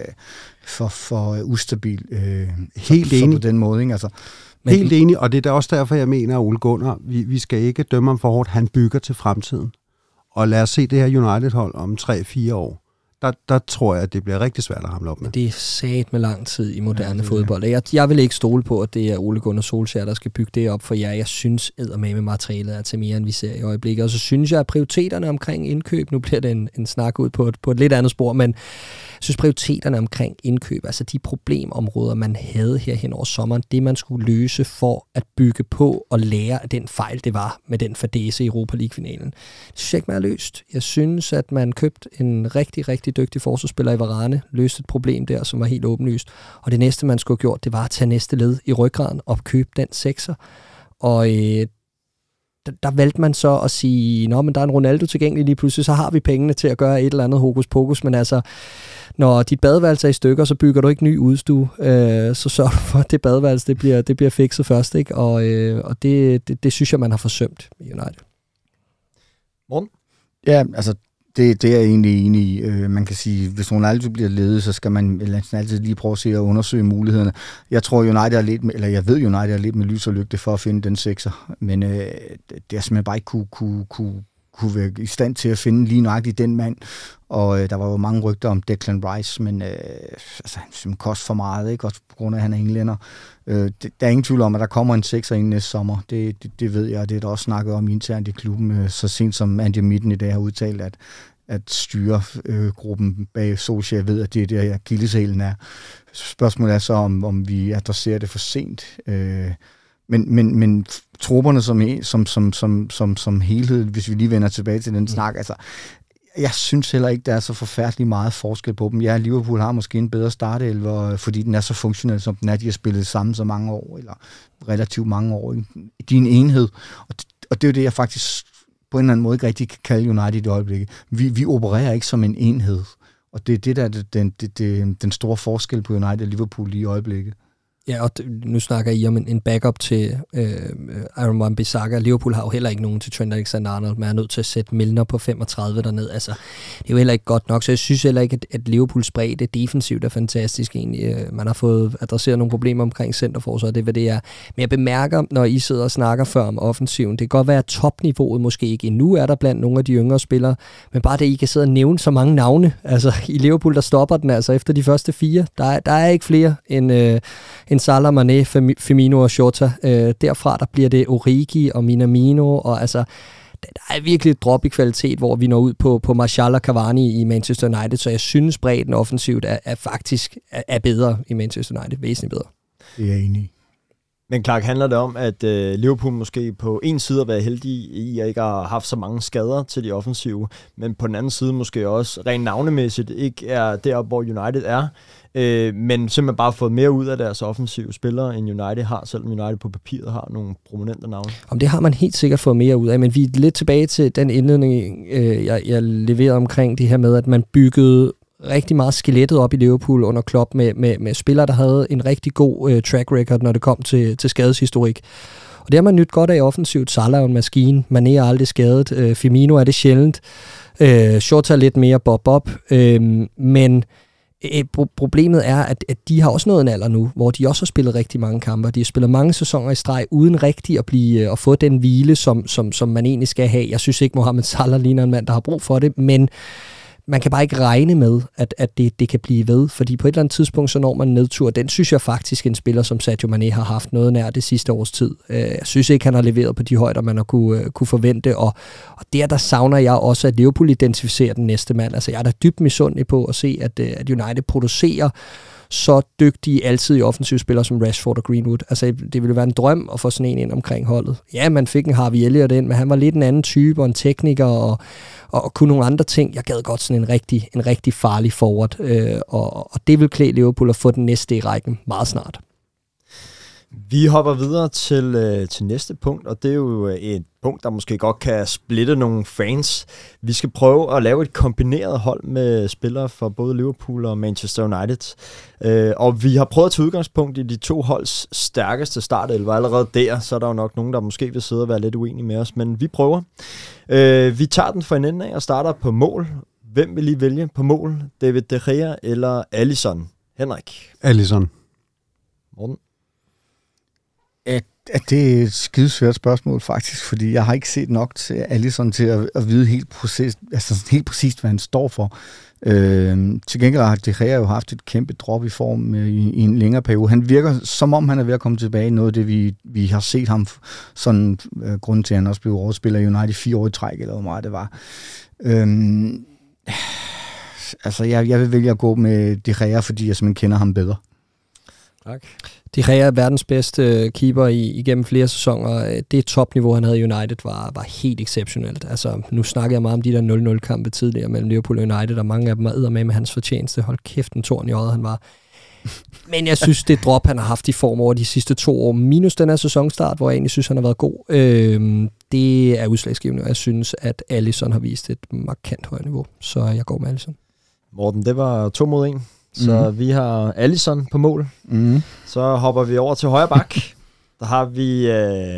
for ustabil. Helt enig. På den måde, ikke? Altså, helt enig, og det er da også derfor, jeg mener, at Ole Gunnar, vi skal ikke dømme ham for hårdt, han bygger til fremtiden. Og lad os se det her United-hold om 3-4 år. Der tror jeg, at det bliver rigtig svært at hamle op med. Det er sat med lang tid i moderne fodbold. Jeg vil ikke stole på, at det er Ole Gunnar Solskjaer, der skal bygge det op for jer. Jeg synes eddermame materialet er til mere, end vi ser i øjeblikket. Og så synes jeg, at prioriteterne omkring indkøb, nu bliver det en snak ud på et lidt andet spor, men jeg synes prioriteterne omkring indkøb, altså de problemområder, man havde her hen over sommeren, det man skulle løse for at bygge på og lære af den fejl, det var med den fadese i Europa League-finalen. Det synes jeg ikke, man har løst. Jeg synes, at man købte en rigtig dygtig forsvarsspiller i Varane, løste et problem der, som var helt åbenlyst. Og det næste, man skulle have gjort, det var at tage næste led i ryggraden og købe den sekser. Og der valgte man så at sige, nå, men der er en Ronaldo tilgængelig lige pludselig, så har vi pengene til at gøre et eller andet hokus pokus, men altså, når dit badeværelse er i stykker, så bygger du ikke ny udstue, så sørger du for, at det badeværelse, det bliver fikset først, ikke? Og det synes jeg, man har forsømt i United. Morten? Ja, altså, det er jeg egentlig enig i. Man kan sige, hvis Ronaldo bliver ledet, så skal man altid lige prøve at se og undersøge mulighederne. Jeg tror, United er lidt med, eller jeg ved, United er lidt med lys og lygte for at finde den sekser, men det er simpelthen bare ikke kunne være i stand til at finde lige nøjagtigt den mand. Og der var jo mange rygter om Declan Rice, men altså, han koster for meget, ikke? Også på grund af, at han er englænder. Der er ingen tvivl om, at der kommer en sekser ind næste sommer. Det ved jeg, og det er der også snakket om internt i klubben. Så sent som Andy Mitten i dag har udtalt, at styregruppen bag Solskjaer ved, at det er der akilleshælen er. Spørgsmålet er så, om vi adresserer det for sent. Men trupperne som helhed, hvis vi lige vender tilbage til den snak, altså, jeg synes heller ikke, der er så forfærdelig meget forskel på dem. Ja, Liverpool har måske en bedre startelver, fordi den er så funktionel, som den er. De har spillet sammen så mange år, eller relativt mange år. De er en enhed, og det er jo det, jeg faktisk på en eller anden måde ikke rigtig kan kalde United i øjeblikket. Vi opererer ikke som en enhed, og det er det, der er den store forskel på United og Liverpool i øjeblikket. Ja, og nu snakker I om en backup til Aaron Wan-Bissaka. Liverpool har jo heller ikke nogen til Trent Alexander-Arnold. Man er nødt til at sætte Milner på 35 derned. Altså, det er jo heller ikke godt nok, så jeg synes heller ikke, at Liverpools bredde defensivt er fantastisk egentlig. Man har fået adresseret nogle problemer omkring centerforsvaret, det er, hvad det er. Men jeg bemærker, når I sidder og snakker før om offensiven, det kan godt være, at topniveauet måske ikke endnu er der blandt nogle af de yngre spillere, men bare det, I kan sidde og nævne så mange navne. Altså, i Liverpool, der stopper den altså efter de første 4. Der er ikke flere end Salah, Mané, Firmino og Jota. Derfra der bliver det Origi og Minamino, og altså, der er virkelig et drop i kvalitet, hvor vi når ud på Martial og Cavani i Manchester United, så jeg synes, bredden offensivt er faktisk bedre i Manchester United, væsentligt bedre. Det er jeg enig i. Men Clark, handler det om, at Liverpool måske på en side har været heldige i, at ikke har haft så mange skader til de offensive, men på den anden side måske også rent navnemæssigt ikke er deroppe, hvor United er, men simpelthen bare fået mere ud af deres offensive spillere, end United har, selvom United på papiret har nogle prominente navne. Om det har man helt sikkert fået mere ud af, men vi er lidt tilbage til den indledning, jeg leverede omkring det her med, at man byggede rigtig meget skelettet op i Liverpool under Klopp med spillere, der havde en rigtig god track record, når det kom til skadeshistorik. Og det har man nyt godt af offensivt. Salah er en maskine, Mané er aldrig skadet, Firmino er det sjældent, Jota er lidt mere bob, men problemet er, at de har også nået en alder nu, hvor de også har spillet rigtig mange kampe. De har spillet mange sæsoner i streg, uden rigtig at få den hvile, som man egentlig skal have. Jeg synes ikke, Mohamed Salah ligner en mand, der har brug for det, men man kan bare ikke regne med, at det kan blive ved, fordi på et eller andet tidspunkt, så når man nedtur. Den synes jeg faktisk, en spiller som Sadio Mane har haft noget nær det sidste års tid. Jeg synes ikke, han har leveret på de højder, man har kunne forvente, og der savner jeg også, at Liverpool identificerer den næste mand. Altså, jeg er da dybt misundelig på at se, at United producerer så dygtige, altid offensive spillere som Rashford og Greenwood. Altså, det ville være en drøm at få sådan en ind omkring holdet. Ja, man fik en Harvey Elliott ind, men han var lidt en anden type, og en tekniker, og kunne nogle andre ting. Jeg gad godt sådan en rigtig farlig forward, og det vil klæde Liverpool at få den næste i rækken meget snart. Vi hopper videre til næste punkt, og det er jo et punkt, der måske godt kan splitte nogle fans. Vi skal prøve at lave et kombineret hold med spillere fra både Liverpool og Manchester United. Og vi har prøvet at tage udgangspunkt i de to holds stærkeste startelver. Allerede der, så er der jo nok nogen, der måske vil sidde og være lidt uenige med os, men vi prøver. Vi tager den for en ende af og starter på mål. Hvem vil I vælge på mål? David De Gea eller Alisson? Henrik? Alisson. Morten? Det er et skidesvært spørgsmål faktisk, fordi jeg har ikke set nok til Alisson til at vide helt præcist, hvad han står for. Til gengæld har De Gea jo haft et kæmpe drop i form i en længere periode. Han virker, som om han er ved at komme tilbage. Noget af det, vi har set ham, sådan grund til, at han også blev overspiller i United 4 år i træk, eller hvor meget det var. Altså, jeg vil vælge at gå med De Gea, fordi jeg simpelthen kender ham bedre. Tak. De Gea er verdens bedste keeper igennem flere sæsoner. Det topniveau, han havde i United, var helt exceptionelt. Altså, nu snakkede jeg meget om de der 0-0-kampe tidligere mellem Liverpool og United, og mange af dem er eddermame med hans fortjeneste. Hold kæft, en torn i øjet, han var. Men jeg synes, det drop, han har haft i form over de sidste 2 år, minus den her sæsonstart, hvor jeg egentlig synes, han har været god, det er udslagsgivende, og jeg synes, at Alisson har vist et markant højt niveau. Så jeg går med Alisson. Morten, det var 2 mod 1. Så vi har Alisson på mål. Så hopper vi over til højre bak. Der har vi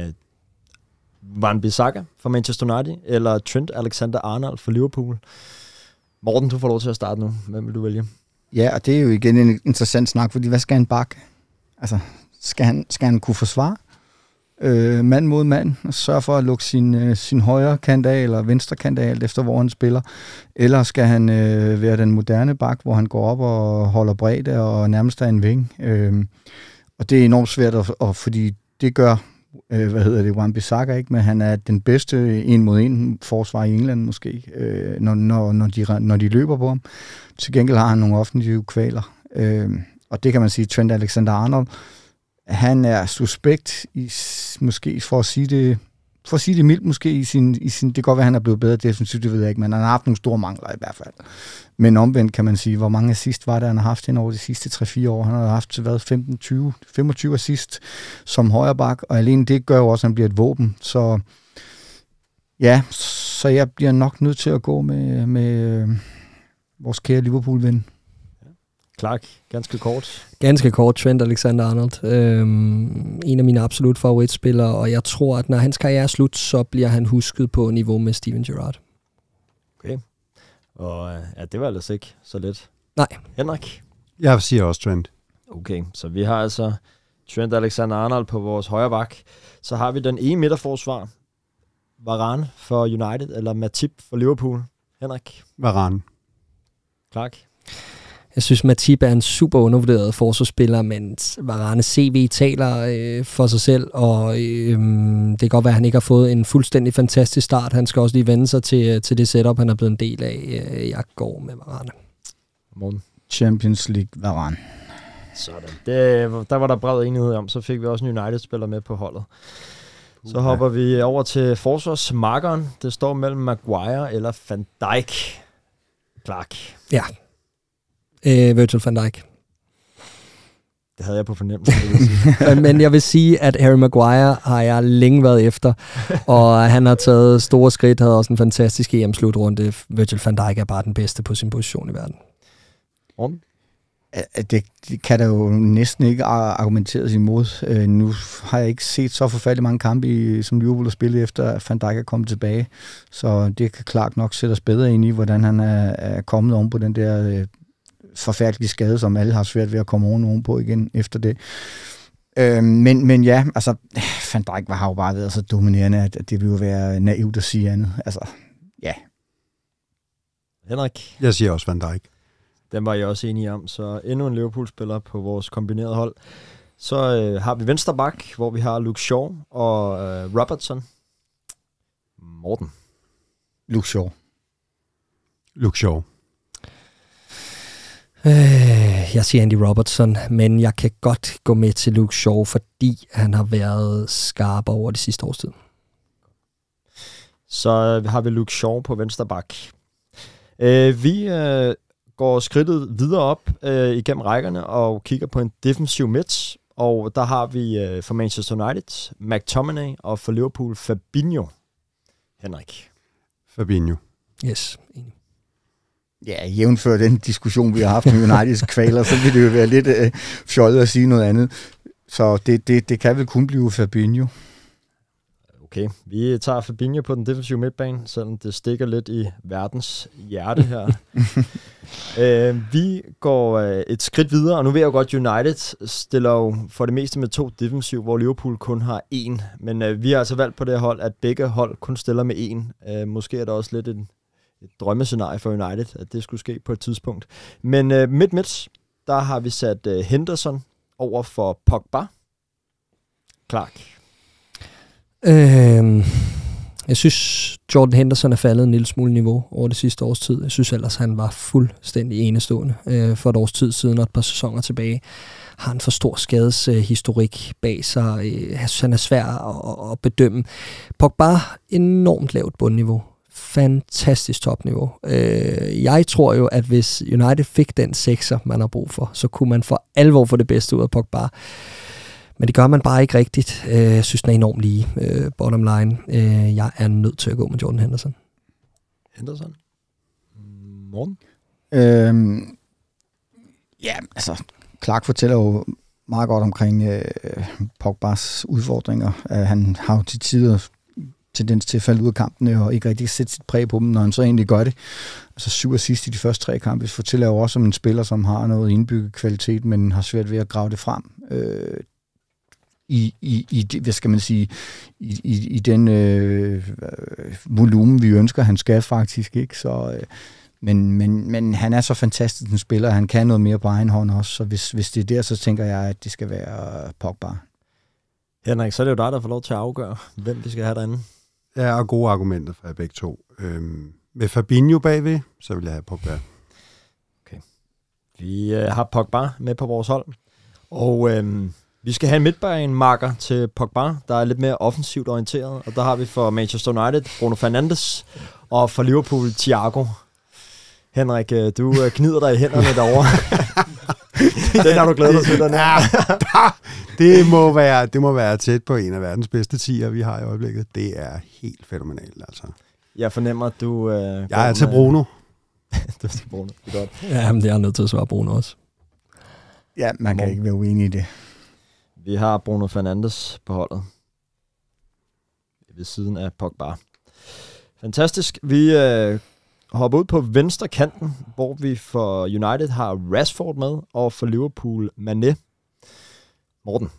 Wan-Bissaka for Manchester United, eller Trent Alexander-Arnold for Liverpool. Morten, du får lov til at starte nu. Hvem vil du vælge? Ja, og det er jo igen en interessant snak, fordi hvad skal han bakke? Altså, skal han kunne forsvare? Mand mod mand, og sørge for at lukke sin højre kant af, eller venstre kant af, alt efter hvor han spiller. Eller skal han være den moderne bak, hvor han går op og holder bredde og nærmest er en ving. Og det er enormt svært, fordi det gør, Wan-Bissaka ikke, men han er den bedste 1 mod 1 forsvar i England måske, når de løber på ham. Til gengæld har han nogle offensive kvaler. Og det kan man sige, Trent Alexander-Arnold, han er suspekt, måske for at sige det mildt, måske i sin det kan godt være, han er blevet bedre defensivt, det ved jeg ikke, men han har haft nogle store mangler i hvert fald. Men omvendt kan man sige, hvor mange assist var det, han har haft hen over de sidste 3-4 år. Han har haft 25 assist som højre bak, og alene det gør jo også, at han bliver et våben. Så ja, så jeg bliver nok nødt til at gå med vores kære Liverpool-ven. Clark, ganske kort. Ganske kort, Trent Alexander-Arnold. En af mine absolut favoritspillere, og jeg tror, at når hans karriere er slut, så bliver han husket på niveau med Steven Gerrard. Okay. Og det var ellers ikke så let. Nej. Henrik? Jeg siger også Trent. Okay, så vi har altså Trent Alexander-Arnold på vores højre bak. Så har vi den ene midterforsvar. Varane for United, eller Matip for Liverpool. Henrik? Varane. Clark? Jeg synes, Matip er en super undervurderet forsvarsspiller, men Varane CV taler for sig selv, og det kan godt være, at han ikke har fået en fuldstændig fantastisk start. Han skal også lige vende sig til det setup, han er blevet en del af. Jeg går med Varane. Morten? Champions League Varane. Sådan. Der var der bred enighed om. Så fik vi også en United-spiller med på holdet. Så hopper vi over til forsvarsmarkeren. Det står mellem Maguire eller Van Dijk. Clark? Ja. Virgil van Dijk. Det havde jeg på fornemmelse. Men jeg vil sige, at Harry Maguire har jeg længe været efter, og han har taget store skridt, havde også en fantastisk EM-slutrunde. Virgil van Dijk er bare den bedste på sin position i verden. Det kan der jo næsten ikke argumenteres imod. Nu har jeg ikke set så forfærdeligt mange kampe, som Liverpool har spillet efter, at Van Dijk er kommet tilbage. Så det kan klart nok sætte os bedre ind i, hvordan han er kommet oven på den der forfærdelige skade, som alle har svært ved at komme oven på igen efter det. Men ja, altså, Van Dijk har jo bare været så dominerende, at det ville jo være naivt at sige andet. Altså, ja. Henrik? Jeg siger også Van Dijk. Den var jeg også enige om, så endnu en Liverpool-spiller på vores kombinerede hold. Så har vi venstre bak, hvor vi har Luke Shaw og Robertson. Morten? Luke Shaw. Luke Shaw. Jeg siger Andy Robertson, men jeg kan godt gå med til Luke Shaw, fordi han har været skarp over de sidste års tid. Så har vi Luke Shaw på venstre bak. Vi går skridtet videre op igennem rækkerne og kigger på en defensiv midt. Og der har vi for Manchester United, McTominay, og for Liverpool, Fabinho. Henrik? Fabinho. Yes, enig. Ja, jævnfør den diskussion, vi har haft med Uniteds kvaler, så vil det jo være lidt fjollet at sige noget andet. Så det kan vel kun blive Fabinho. Okay, vi tager Fabinho på den defensive midtbane, selvom det stikker lidt i verdens hjerte her. Vi går et skridt videre, og nu ved jeg jo godt, United stiller jo for det meste med 2 defensiv, hvor Liverpool kun har 1. Men vi har altså valgt på det her hold, at begge hold kun stiller med 1. Måske er der også lidt et drømmescenarie for United, at det skulle ske på et tidspunkt. Men midt, der har vi sat Henderson over for Pogba. Clark? Jeg synes, Jordan Henderson er faldet en lille smule niveau over det sidste års tid. Jeg synes ellers, han var fuldstændig enestående for et års tid siden og et par sæsoner tilbage. Har en for stor skadeshistorik bag sig. Jeg synes, han er svær at bedømme. Pogba, enormt lavt bundniveau. Fantastisk topniveau. Jeg tror jo, at hvis United fik den 6'er, man har brug for, så kunne man for alvor få det bedste ud af Pogba. Men det gør man bare ikke rigtigt. Jeg synes, den er enormt lige. Bottom line. Jeg er nødt til at gå med Jordan Henderson. Henderson? Morten? Ja, altså, Clark fortæller jo meget godt omkring Pogbas udfordringer. Han har jo til tider tendens til at falde ud af kampene og ikke rigtig sætte sit præg på dem, når han så egentlig gør det. Altså 7 assist i de første 3 kampe fortæller jo også om en spiller, som har noget indbygget kvalitet, men har svært ved at grave det frem. Hvad skal man sige, i den volumen, vi ønsker, han skal faktisk ikke. Så, men han er så fantastisk en spiller, han kan noget mere på egen hånd også, så hvis det er der, så tænker jeg, at det skal være Pogba. Henrik, så er det jo dig, der får lov til at afgøre, hvem vi skal have derinde. Ja, og gode argumenter fra begge to. Med Fabinho bagved, så vil jeg have Pogba. Okay. Vi har Pogba med på vores hold, og vi skal have en midtbanemarker til Pogba, der er lidt mere offensivt orienteret, og der har vi for Manchester United Bruno Fernandes, og for Liverpool Thiago. Henrik, du knider dig i hænderne derovre. Den har du glædet dig til, den her. Det må være tæt på en af verdens bedste 10'er, vi har i øjeblikket. Det er helt fænomenalt, altså. Jeg fornemmer, at du... jeg er til Bruno. Du er til Bruno, det er godt. Ja, men det er nødt til at svare Bruno også. Ja, man kan ikke være uenig i det. Vi har Bruno Fernandes på holdet. Ved siden af Pogba. Fantastisk. Vi hopper ud på venstre kanten, hvor vi for United har Rashford med, og for Liverpool Mané. Morten?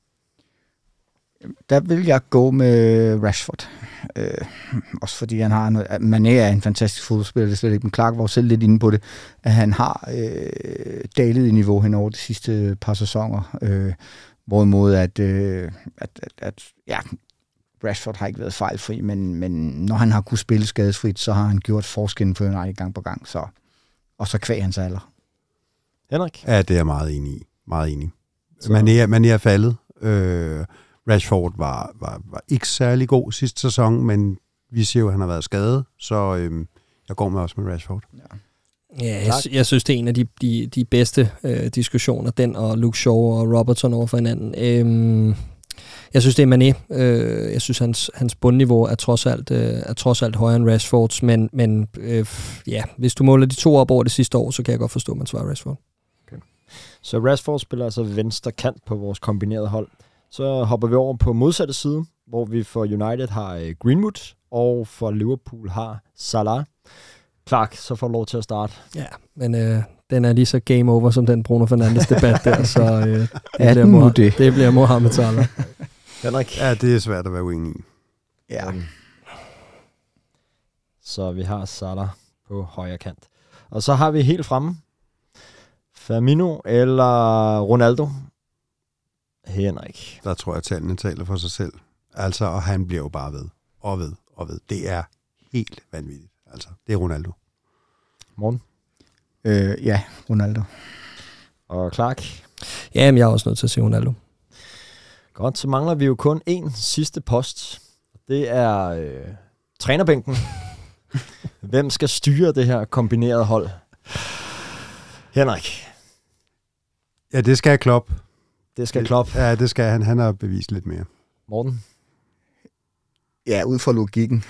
Der vil jeg gå med Rashford. Også fordi han har noget... Mané er en fantastisk fodboldspiller, det er slet ikke. Men Clark var selv lidt inde på det, at han har dalet i niveau hen over de sidste par sæsoner. Hvorimod at Rashford har ikke været fejlfri, men når han har kunnet spille skadesfrit, så har han gjort forskellen for United gang på gang. Og så kvæg hans alder. Henrik? Ja, det er jeg meget enig i. Meget enig. Mané er faldet. Rashford var ikke særlig god sidste sæson, men vi siger jo, at han har været skadet, så jeg går med også med Rashford. Ja, jeg synes, det er en af de bedste diskussioner, den og Luke Shaw og Robertson over for hinanden. Jeg synes, det er Mané. Jeg synes, hans bundniveau er trods alt højere end Rashfords, men hvis du måler de 2 op over det sidste år, så kan jeg godt forstå, at man svarer Rashford. Okay. Så Rashford spiller altså venstre kant på vores kombinerede hold. Så hopper vi over på modsatte side, hvor vi for United har Greenwood, og for Liverpool har Salah. Clark, så får du lov til at starte. Ja, men den er lige så game over som den Bruno Fernandes debat der, så det bliver Mohamed Salah. Henrik? Ja, det er svært at være uenig i. Ja. Så vi har Salah på højre kant. Og så har vi helt fremme Firmino eller Ronaldo. Henrik. Der tror jeg, at tallene taler for sig selv. Altså, og han bliver jo bare ved. Og ved, og ved. Det er helt vanvittigt. Altså, det er Ronaldo. Morten. Ja, Ronaldo. Og Clark. Jamen, jeg er også nødt til at sige Ronaldo. Godt, så mangler vi jo kun en sidste post. Det er trænerbænken. Hvem skal styre det her kombinerede hold? Henrik. Ja, det skal Klopp. Det skal Klopp. Ja, det skal han. Han har bevist lidt mere. Morten. Ja, ud fra logikken,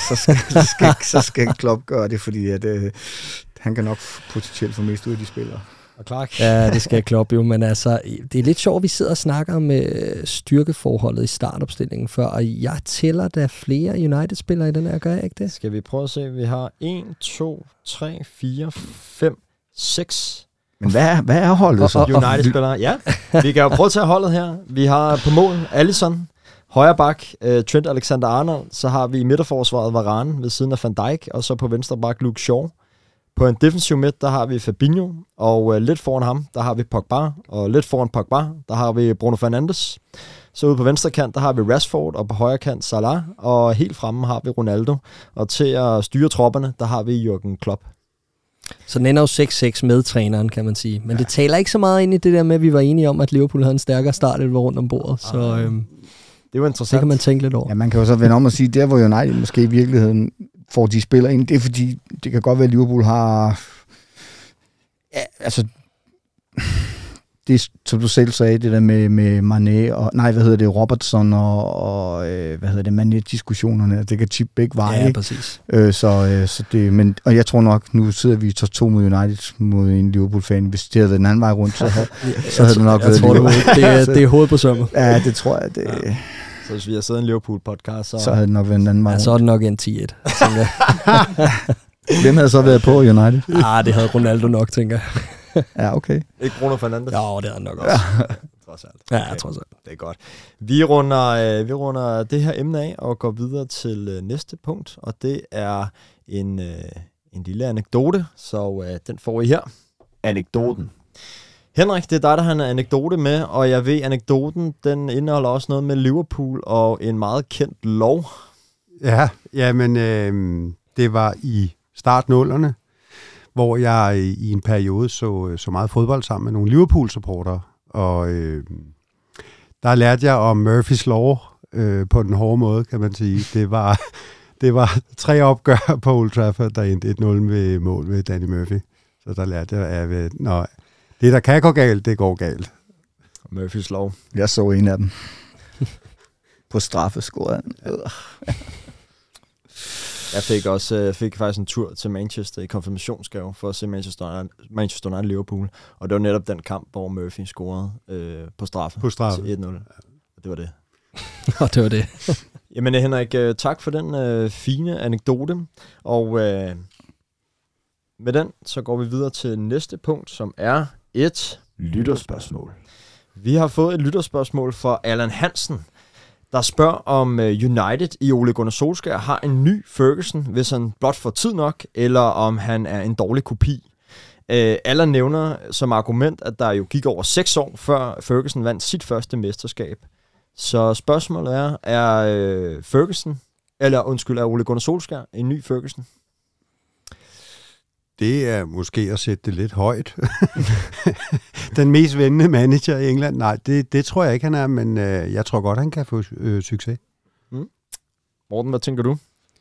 så skal Klopp gøre det, fordi at, han kan nok potentielt få mest ud af de spillere. Og Clark. Ja, det skal Klopp jo, men altså, det er lidt sjovt, at vi sidder og snakker med styrkeforholdet i startopstillingen før, og jeg tæller der flere United-spillere i den her, gør jeg ikke det? Skal vi prøve at se, vi har 1, 2, 3, 4, 5, 6. Men hvad er holdet så? United-spillere, ja. Vi kan jo prøve at tage holdet her. Vi har på mål Alisson, højre bak Trent Alexander-Arnold, så har vi i midterforsvaret Varane ved siden af Van Dijk, og så på venstre bak Luke Shaw. På en defensiv midt, der har vi Fabinho, og lidt foran ham, der har vi Pogba, og lidt foran Pogba, der har vi Bruno Fernandes. Så ude på venstre kant, der har vi Rashford, og på højre kant Salah, og helt fremme har vi Ronaldo. Og til at styre tropperne, der har vi Jürgen Klopp. Så den ender jo 6-6 med træneren, kan man sige. Men det taler ikke så meget ind i det der med, at vi var enige om, at Liverpool havde en stærkere start, end var rundt om bordet. Så det er jo interessant. det kan man tænke lidt over. Ja, man kan jo så vende om og sige, der hvor United måske i virkeligheden får de spillere ind, det er fordi, det kan godt være, at Liverpool har... Ja, altså... Det er, som du selv sagde, det der med Mané og... Nej, Robertson og Mané-diskussionerne, det kan tippe begge veje. Ja, præcis. Så det... Men, og jeg tror nok, nu sidder vi så 2 mod United mod en Liverpool-fan. Hvis det havde været den anden vej rundt, så havde det nok været Liverpool. Det er hovedet på sømmet. Ja, det tror jeg. Det... Ja. Så hvis vi har siddet en Liverpool-podcast, så havde det nok været en anden vej. Ja, så er det nok en 10-1. Hvem havde så været på United? Det havde Ronaldo nok, tænker jeg. Ja, okay. Ikke Bruno Fernandes? Ja, det havde han nok også. Trods alt. Ja, trods alt. Det er godt. Vi runder det her emne af og går videre til næste punkt, og det er en lille anekdote, så den får I her. Anekdoten. Henrik, det er dig, der har en anekdote med, og jeg ved, anekdoten, den indeholder også noget med Liverpool og en meget kendt lov. Ja, men det var i start-nullerne, hvor jeg i en periode så meget fodbold sammen med nogle Liverpool-supportere, og der lærte jeg om Murphys Law på den hårde måde, kan man sige. Det var 3 opgør på Old Trafford, der endte 1-0 ved mål ved Danny Murphy. Så der lærte jeg, at det, der kan gå galt, det går galt. Murphys Law. Jeg så en af dem. På straffe scorede han. Jeg fik faktisk en tur til Manchester i konfirmationsgave for at se Manchester United Liverpool, og det var netop den kamp, hvor Murphy scorede på straffe. Til 1-0. Det var det. Og det var det. Jamen Henrik, tak for den fine anekdote, og med den så går vi videre til næste punkt, som er et Lytterspørgsmål. Vi har fået et lytterspørgsmål fra Allan Hansen, der spørger om United i Ole Gunnar Solskjaer har en ny Ferguson, hvis han blot får tid nok, eller om han er en dårlig kopi. Allan nævner som argument, at der jo gik over 6 år, før Ferguson vandt sit første mesterskab. Så spørgsmålet er Ole Gunnar Solskjaer en ny Ferguson? Det er måske at sætte det lidt højt. Den mest vendende manager i England? Nej, det tror jeg ikke, han er, men jeg tror godt, han kan få succes. Morten, hvad tænker du?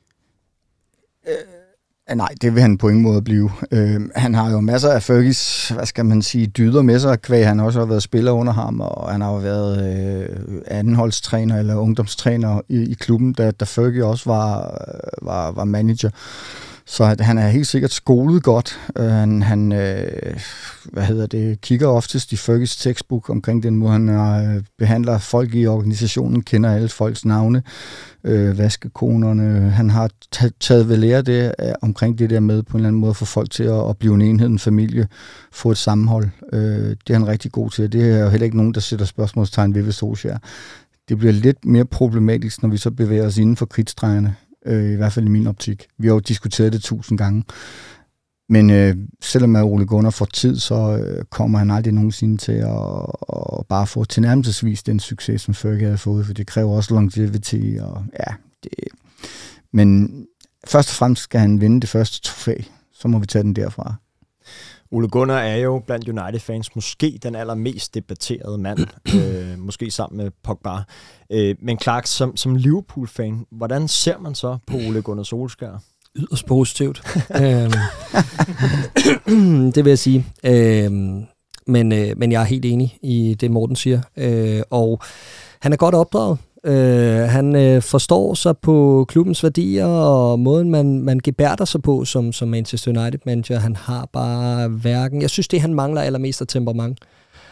Nej, det vil han på ingen måde blive. Han har jo masser af Fergis, dyder med sig, kvæg han også har været spiller under ham, og han har jo været andenholdstræner eller ungdomstræner i klubben, da Fergie også var manager. Så han er helt sikkert skolet godt. Han kigger oftest i Fergies textbook omkring den måde, han behandler folk i organisationen, kender alle folks navne, vaskekonerne. Han har taget ved lære det omkring det der med på en eller anden måde at få folk til at blive en enhed, en familie, få et sammenhold. Det er han rigtig god til. Det er jo heller ikke nogen, der sætter spørgsmålstegn ved Solskjaer. Det bliver lidt mere problematisk, når vi så bevæger os inden for kridtstregerne. i hvert fald i min optik. Vi har jo diskuteret det 1000 gange. Men selvom Ole Gunnar får tid, så kommer han aldrig nogensinde til at bare få tilnærmelsesvis den succes, som Fergie havde fået, for det kræver også longevity. Men først og fremmest skal han vinde det første trofæ, så må vi tage den derfra. Ole Gunnar er jo blandt United-fans måske den allermest debatterede mand, måske sammen med Pogba. Men Clark, som Liverpool-fan, hvordan ser man så på Ole Gunnar Solskjaer? Yderst positivt. Det vil jeg sige. Men jeg er helt enig i det, Morten siger. Og han er godt opdraget. Han forstår sig på klubbens værdier og måden, man gebærder sig på som Manchester United-manager. Han har bare hverken... Jeg synes, det han mangler allermest af temperament.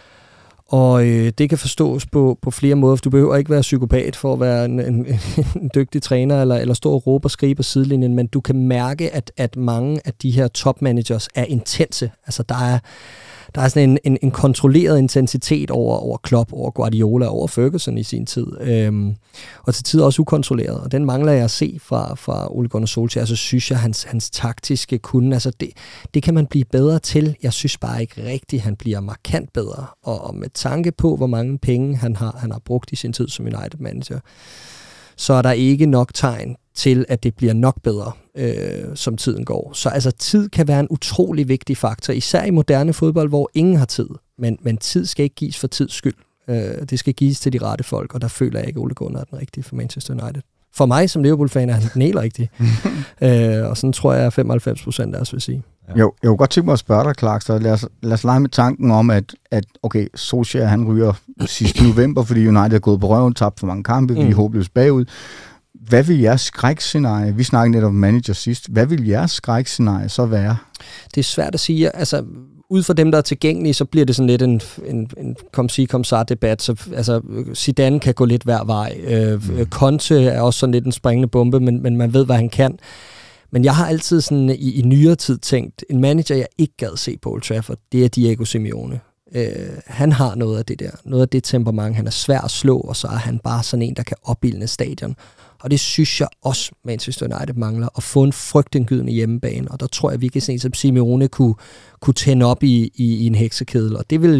Og det kan forstås på flere måder. Du behøver ikke være psykopat for at være en dygtig træner, eller stå og råbe og skrige på sidelinjen, men du kan mærke, at mange af de her topmanagers er intense. Altså, der er sådan en kontrolleret intensitet over Klopp, over Guardiola, over Ferguson i sin tid. Og til tider også ukontrolleret. Og den mangler jeg at se fra Ole Gunnar Solskjaer. Så synes jeg, hans taktiske kunde, altså det kan man blive bedre til. Jeg synes bare ikke rigtigt, han bliver markant bedre. Og med tanke på, hvor mange penge han har brugt i sin tid som United-manager, så er der ikke nok tegn til, at det bliver nok bedre, som tiden går. Så altså, tid kan være en utrolig vigtig faktor, især i moderne fodbold, hvor ingen har tid. Men tid skal ikke gives for tids skyld. Det skal gives til de rette folk, og der føler jeg ikke, Ole Gunnar er den rigtige for Manchester United. For mig som Liverpool-fan er han den helt rigtige. Og sådan tror jeg, 95% af os vil sige. Ja. Jo, jeg kunne godt tænke mig at spørge dig, Clark, så lad os lege med tanken om, at okay, Solskjaer han ryger sidste november, fordi United er gået på røven, tabt for mange kampe, vi er håbløst bagud. Hvad vil jeres skrækscenarie, vi snakkede netop om manager sidst, hvad vil jeres skrækscenarie så være? Det er svært at sige. Altså, ud fra dem, der er tilgængelige, så bliver det sådan lidt en kom-si-kom-sa-debat. Så, altså, Zidane kan gå lidt hver vej. Conte er også sådan lidt en springende bombe, men man ved, hvad han kan. Men jeg har altid sådan i nyere tid tænkt, en manager, jeg ikke gad se på Old Trafford, det er Diego Simeone. Han har noget af det der, noget af det temperament. Han er svær at slå, og så er han bare sådan en, der kan opildne stadion. Og det synes jeg også, Manchester United mangler, at få en frygtindgydende hjemmebane. Og der tror jeg, vi kan se, som Simeone kunne tænde op i en heksekedel. Og det vil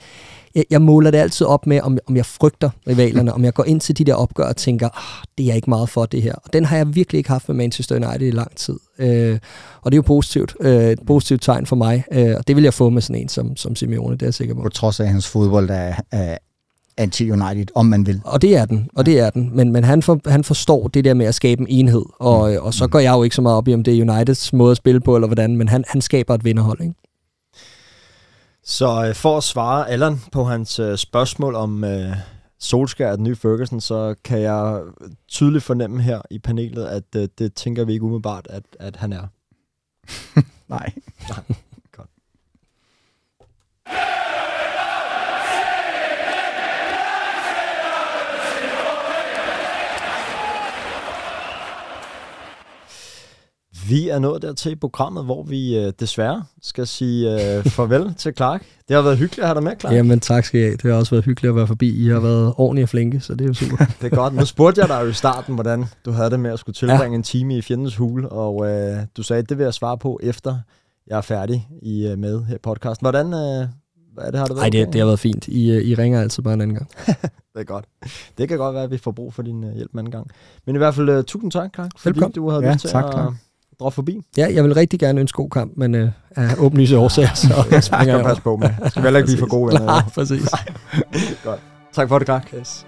jeg måler det altid op med, om jeg frygter rivalerne, om jeg går ind til de der opgør og tænker, det er ikke meget for det her. Og den har jeg virkelig ikke haft med Manchester United i lang tid. Og det er jo positivt. Et positivt tegn for mig. Og det vil jeg få med sådan en som Simeone, det er jeg sikker på. På trods af hans fodbold er anti-United, om man vil. Og det er den. Men han forstår det der med at skabe en enhed. Og så går jeg jo ikke så meget op i, om det er Uniteds måde at spille på, eller hvordan, men han skaber et vinderhold, ikke? Så for at svare Allan på hans spørgsmål om Solskjaer, den nye Ferguson, så kan jeg tydeligt fornemme her i panelet, at det tænker vi ikke umiddelbart, at han er. Nej. Godt. Vi er nået dertil i programmet, hvor vi desværre skal sige farvel til Clark. Det har været hyggeligt at have dig med, Clark. Jamen tak skal I have. Det har også været hyggeligt at være forbi. I har været ordentlige og flinke, så det er jo super. Det er godt. Nu spurgte jeg dig jo i starten, hvordan du havde det med at skulle tilbringe en time i fjendens hule, og du sagde, at det vil jeg svare på, efter jeg er færdig med her i podcasten. Hvordan har det været? Nej, det har været fint. I ringer altid bare en anden gang. Det er godt. Det kan godt være, at vi får brug for din hjælp en anden gang. Men i hvert fald, tusind tak, Clark, fordi Velkommen. du havde lyst til at droppe forbi. Ja, jeg vil rigtig gerne ønske god kamp, men af åbenlyse årsager, så jeg skal passe på med. Skal vi heller ikke blive for gode venner? Nej, præcis. Godt. Tak for det, Clark. Yes.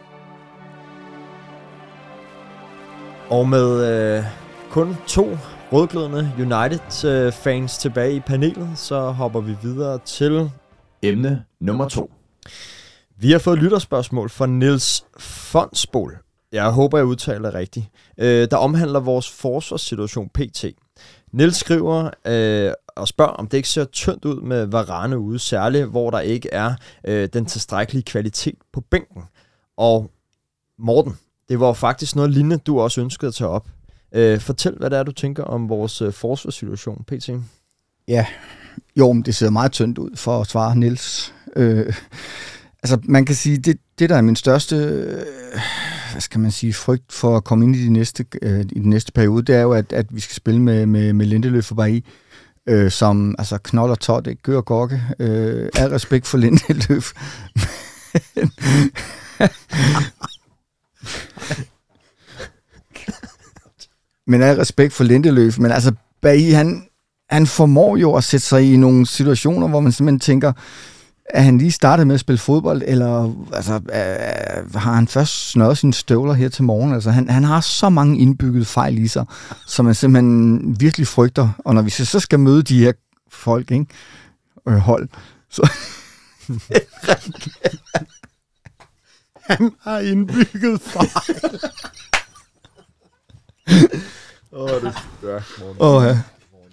Og med kun 2 rødglødende United-fans tilbage i panelet, så hopper vi videre til emne nummer 2. Vi har fået lytterspørgsmål fra Niels Fonsbol. Jeg håber, jeg udtaler rigtigt. Der omhandler vores forsvarssituation pt. Niels skriver og spørger, om det ikke ser tyndt ud med Varane ude, særligt hvor der ikke er den tilstrækkelige kvalitet på bænken. Og Morten, det var faktisk noget lignende, du også ønskede at tage op. Fortæl, hvad det er, du tænker om vores forsvarssituation pt. Ja, jo, men det ser meget tyndt ud for at svare Niels. Altså, man kan sige, det der er min største hvad skal man sige, frygt for at komme ind i den næste periode, det er jo, at vi skal spille med Lindeløf og Bailly, som altså knold og tot, ikke? Gør og gokke. Al respekt for Lindeløf. Men al respekt for Lindeløf, men altså Bailly, han formår jo at sætte sig i nogle situationer, hvor man simpelthen tænker, at han lige startet med at spille fodbold, eller altså, har han først snøret sine støvler her til morgen? Altså, han har så mange indbyggede fejl i sig, som man simpelthen virkelig frygter. Og når vi så skal møde de her folk, ikke? Hold, så... Han har indbygget fejl. Det er ja.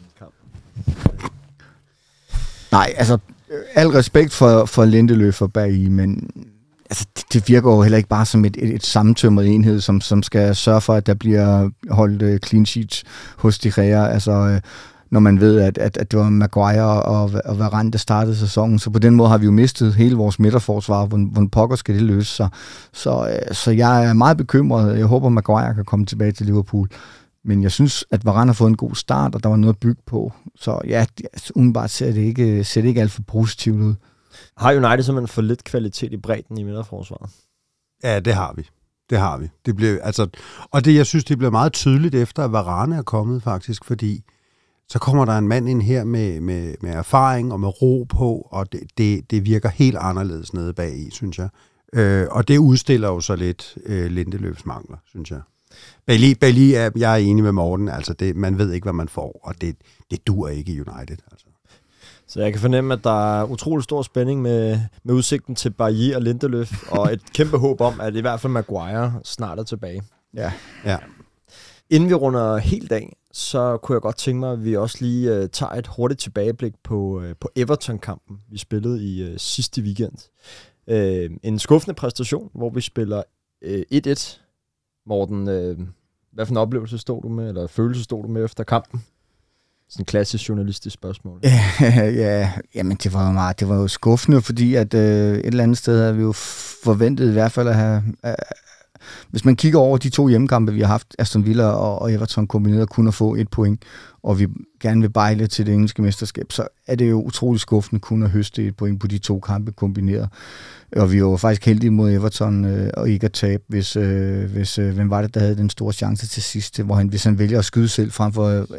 Nej, altså, al respekt for Lindeløf og Bailly, men altså, det virker jo heller ikke bare som et sammentømret enhed, som skal sørge for, at der bliver holdt clean sheets hos de Gea. Altså, når man ved, at det var Maguire og Varane, der startede sæsonen. Så på den måde har vi jo mistet hele vores midterforsvar. Hvordan pokker skal det løse sig? Så jeg er meget bekymret. Jeg håber, Maguire kan komme tilbage til Liverpool. Men jeg synes, at Varane har fået en god start, og der var noget at bygge på. Så ja, umiddelbart ser det ikke alt for positivt ud. Har United simpelthen for lidt kvalitet i bredden i midterforsvaret? Ja, det har vi. Det har vi. Det blev, altså, og det, jeg synes, det bliver meget tydeligt efter, at Varane er kommet faktisk, fordi så kommer der en mand ind her med erfaring og med ro på, og det virker helt anderledes nede bag i, synes jeg. Og det udstiller jo så lidt Lindeløfs mangler, synes jeg. Bailly jeg er enig med Morten, altså man ved ikke, hvad man får, og det dur ikke i United. Altså. Så jeg kan fornemme, at der er utrolig stor spænding med udsigten til Bailly og Lindeløf, og et kæmpe håb om, at i hvert fald Maguire snart er tilbage. Ja. Inden vi runder helt af, så kunne jeg godt tænke mig, at vi også lige tager et hurtigt tilbageblik på Everton-kampen, vi spillede i sidste weekend. En skuffende præstation, hvor vi spiller 1-1. Morten, hvad for en oplevelse stod du med, eller følelse stod du med efter kampen? Sådan et klassisk journalistisk spørgsmål. Jamen det var jo skuffende, fordi at et eller andet sted havde vi jo forventet i hvert fald at have... Hvis man kigger over de 2 hjemmekampe, vi har haft, Aston Villa og Everton kombineret, kun at få 1 point, og vi gerne vil bejle til det engelske mesterskab, så er det jo utrolig skuffende kun at høste 1 point på de 2 kampe kombineret. Og vi var jo faktisk heldige mod Everton og ikke at tabe, hvis hvem var det, der havde den store chance til sidst, hvor hvis han vælger at skyde selv frem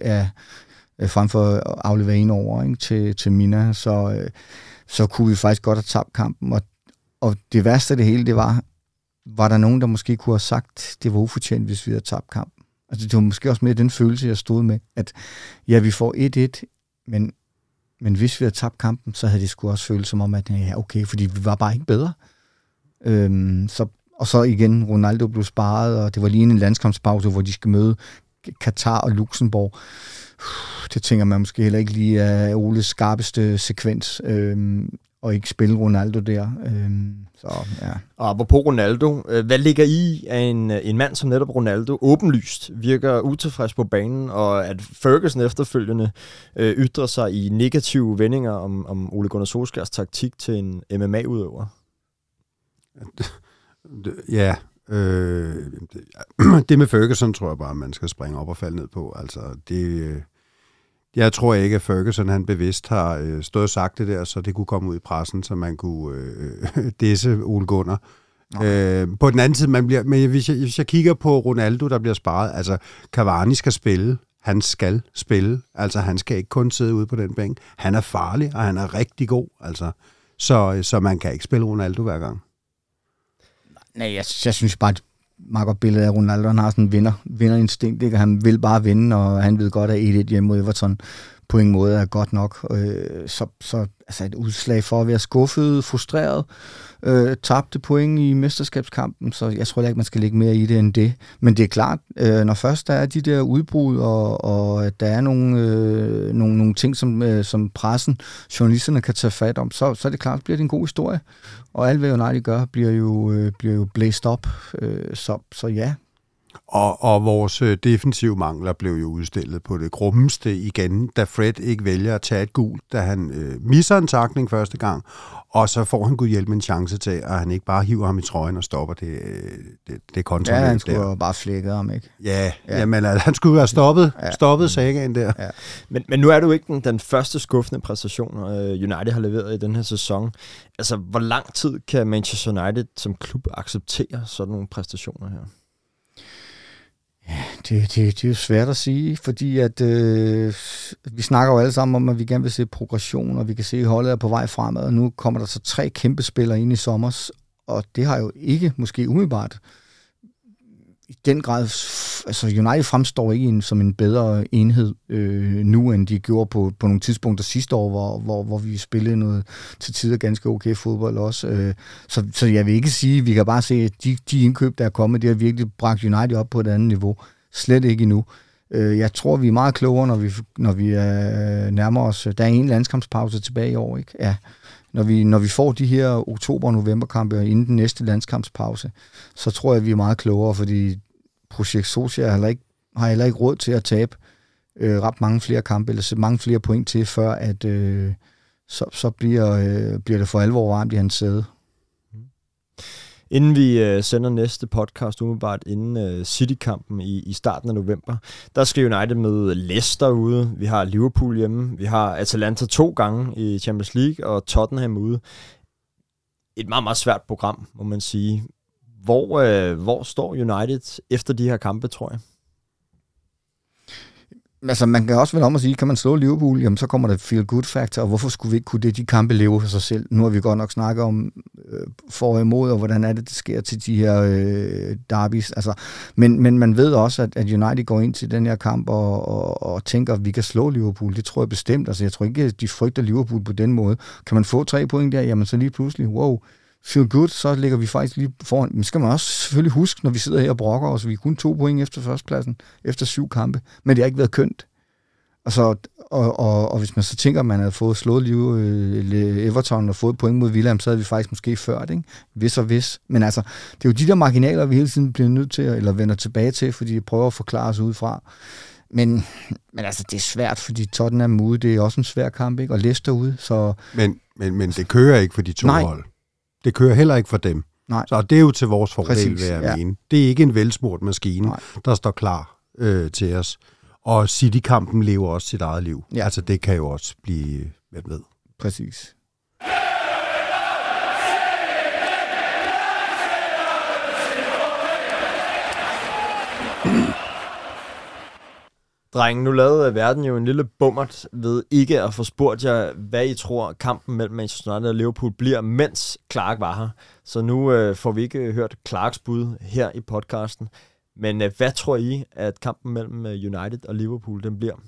for at aflevere en over, ikke, til Mina, så kunne vi faktisk godt have tabt kampen. Og det værste af det hele, det var der nogen, der måske kunne have sagt, det var ufortjent, hvis vi havde tabt kampen. Altså det var måske også mere den følelse, jeg stod med, at ja, vi får 1-1, men hvis vi havde tabt kampen, så havde det sgu også følt som om, at ja, okay, fordi vi var bare ikke bedre. Og så igen, Ronaldo blev sparet, og det var lige en landskampspause, hvor de skal møde Katar og Luxembourg. Det tænker man måske heller ikke lige af Oles skarpeste sekvens, og ikke spille Ronaldo der. Så, ja. Og apropos Ronaldo, hvad ligger i, at en mand som netop Ronaldo åbenlyst virker utilfreds på banen, og at Ferguson efterfølgende ytrer sig i negative vendinger om Ole Gunnar Solskjærs taktik til en MMA-udøver? Ja, det med Ferguson tror jeg bare, man skal springe op og falde ned på. Altså, jeg tror ikke, at Ferguson han bevidst har stået og sagt det der, så det kunne komme ud i pressen, så man kunne disse Ole Gunnar. Okay. På den anden side, men hvis jeg kigger på Ronaldo, der bliver sparet, altså Cavani skal spille, han skal spille, altså han skal ikke kun sidde ude på den bænk. Han er farlig, og han er rigtig god, altså. Så man kan ikke spille Ronaldo hver gang. Nej, jeg synes bare, det meget godt billede af Ronaldo. Han har sådan en vinderinstinkt, ikke? Han vil bare vinde, og han ved godt, at 1-1 hjemme mod Everton på en måde er godt nok. Så altså et udslag for at være skuffet, frustreret, tabte point i mesterskabskampen, så jeg tror ikke, man skal lægge mere i det end det. Men det er klart, når først der er de der udbrud, og der er nogle ting, som pressen, journalisterne kan tage fat om, så er det klart, bliver det en god historie. Og alt, hvad United gør, bliver jo blæst op. Så ja, Og vores defensive mangler blev jo udstillet på det grummeste igen, da Fred ikke vælger at tage et gult, da han misser en tackling første gang, og så får han gudhjælp en chance til, at han ikke bare hiver ham i trøjen og stopper det kontrolløb der. Ja, han skulle bare flække ham, ikke? Ja. Jamen, altså, han skulle have stoppet sagaen der. Ja. Men nu er det jo ikke den første skuffende præstation, United har leveret i den her sæson. Altså, hvor lang tid kan Manchester United som klub acceptere sådan nogle præstationer her? Det er jo svært at sige, fordi at vi snakker jo alle sammen om, at vi gerne vil se progression, og vi kan se, at holdet er på vej fremad, og nu kommer der så 3 kæmpe spillere ind i sommer, og det har jo ikke måske umiddelbart i den grad, altså United fremstår ikke som en bedre enhed nu, end de gjorde på nogle tidspunkter sidste år, hvor vi spillede noget til tider ganske okay fodbold også. Så jeg vil ikke sige, vi kan bare se, at de indkøb, der er kommet, det har virkelig bragt United op på et andet niveau. Slet ikke endnu. Jeg tror, vi er meget klogere, når vi nærmer os. Der er en landskampspause tilbage i år, ikke? Ja. Når vi får de her oktober- og novemberkampe inden den næste landskampspause, så tror jeg, vi er meget klogere, fordi Projekt Solskjaer har heller ikke råd til at tabe ret mange flere kampe, eller mange flere point til, før at så bliver det for alvor varmt i hans sæde. Inden vi sender næste podcast umiddelbart inden City-kampen i starten af november, der skal United møde Leicester ude, vi har Liverpool hjemme, vi har Atalanta 2 gange i Champions League og Tottenham ude. Et meget, meget svært program, må man sige. Hvor står United efter de her kampe, tror jeg? Altså, man kan også vel om at sige, kan man slå Liverpool, jamen så kommer der feel-good-faktor, og hvorfor skulle vi ikke kunne det? De kampe lever for sig selv. Nu har vi godt nok snakket om for og imod, og hvordan er det sker til de her derbys. Altså, men man ved også, at United går ind til den her kamp og tænker, at vi kan slå Liverpool. Det tror jeg bestemt. Altså, jeg tror ikke, at de frygter Liverpool på den måde. Kan man få 3 point der, jamen så lige pludselig, wow, feel good, så ligger vi faktisk lige foran. Men skal man også selvfølgelig huske, når vi sidder her og brokker os, vi er kun 2 point efter førstepladsen, efter 7 kampe, men det har ikke været kønt. Og hvis man så tænker, at man havde fået slået Everton og fået point mod Villa, så havde vi faktisk måske ført, ikke? Hvis. Men altså, det er jo de der marginaler, vi hele tiden bliver nødt til, eller vender tilbage til, fordi de prøver at forklare os udefra. Men altså, det er svært, fordi Tottenham ude, det er også en svær kamp, ikke? Og Leicester ude, så... Men det kører ikke for de 2 hold. Det kører heller ikke for dem. Nej. Så det er jo til vores fordel, vil jeg mene. Det er ikke en velsmurt maskine, der står klar til os. Og City-kampen lever også sit eget liv. Ja. Altså, det kan jo også blive ved. Præcis. Drengen, nu lavede verden jo en lille bummert ved ikke at få spurgt jer, hvad I tror kampen mellem Manchester United og Liverpool bliver, mens Clark var her. Så nu får vi ikke hørt Clarks bud her i podcasten. Men hvad tror I, at kampen mellem United og Liverpool den bliver?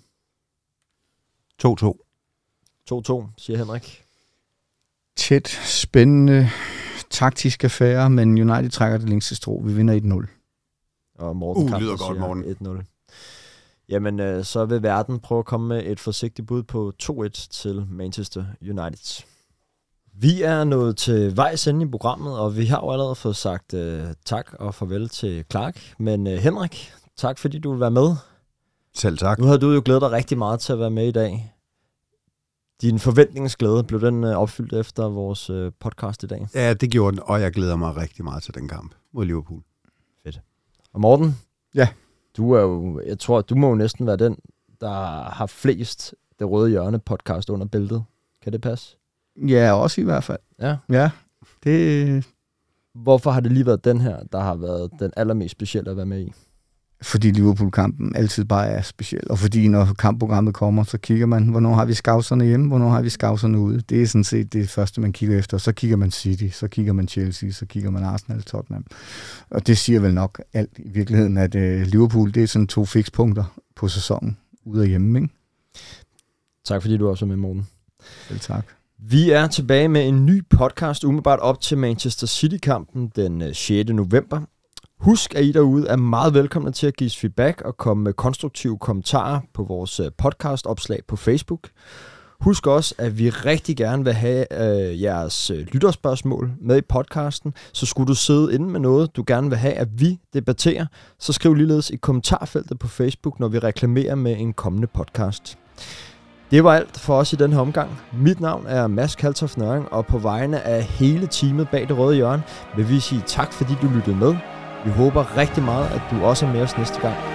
2-2. 2-2, siger Henrik. Tæt, spændende, taktisk affære, men United trækker det længste strå. Vi vinder 1-0. Og Morten lyder godt, Morten. 1-0. Jamen, så vil verden prøve at komme med et forsigtigt bud på 2-1 til Manchester United. Vi er nået til vejs ende i programmet, og vi har jo allerede fået sagt tak og farvel til Clark. Men Henrik, tak fordi du vil være med. Selv tak. Nu havde du jo glædet dig rigtig meget til at være med i dag. Din forventningsglæde, blev den opfyldt efter vores podcast i dag? Ja, det gjorde den, og jeg glæder mig rigtig meget til den kamp mod Liverpool. Fedt. Og Morten? Ja. Du er jo, jeg tror, du må jo næsten være den, der har flest Det Røde Hjørne podcast under bæltet. Kan det passe? Ja, også i hvert fald. Ja, det... Hvorfor har det lige været den her, der har været den allermest specielle at være med i? Fordi Liverpool-kampen altid bare er speciel, og fordi når kampprogrammet kommer, så kigger man, hvornår har vi scoutserne hjemme, hvornår har vi scoutserne ude. Det er sådan set det første, man kigger efter. Så kigger man City, så kigger man Chelsea, så kigger man Arsenal, Tottenham. Og det siger vel nok alt i virkeligheden, at Liverpool, det er sådan 2 fikspunkter på sæsonen, ude og hjemme, ikke? Tak fordi du også var med, Morten. Selv tak. Vi er tilbage med en ny podcast umiddelbart op til Manchester City-kampen den 6. november. Husk, at I derude er meget velkomne til at give os feedback og komme med konstruktive kommentarer på vores podcast-opslag på Facebook. Husk også, at vi rigtig gerne vil have jeres lytterspørgsmål med i podcasten, så skulle du sidde inde med noget, du gerne vil have, at vi debatterer, så skriv ligeledes i kommentarfeltet på Facebook, når vi reklamerer med en kommende podcast. Det var alt for os i den her omgang. Mit navn er Mads Kaltoft Nøring, og på vegne af hele teamet bag Det Røde Hjørne vil vi sige tak, fordi du lyttede med. Vi håber rigtig meget, at du også er med os næste gang.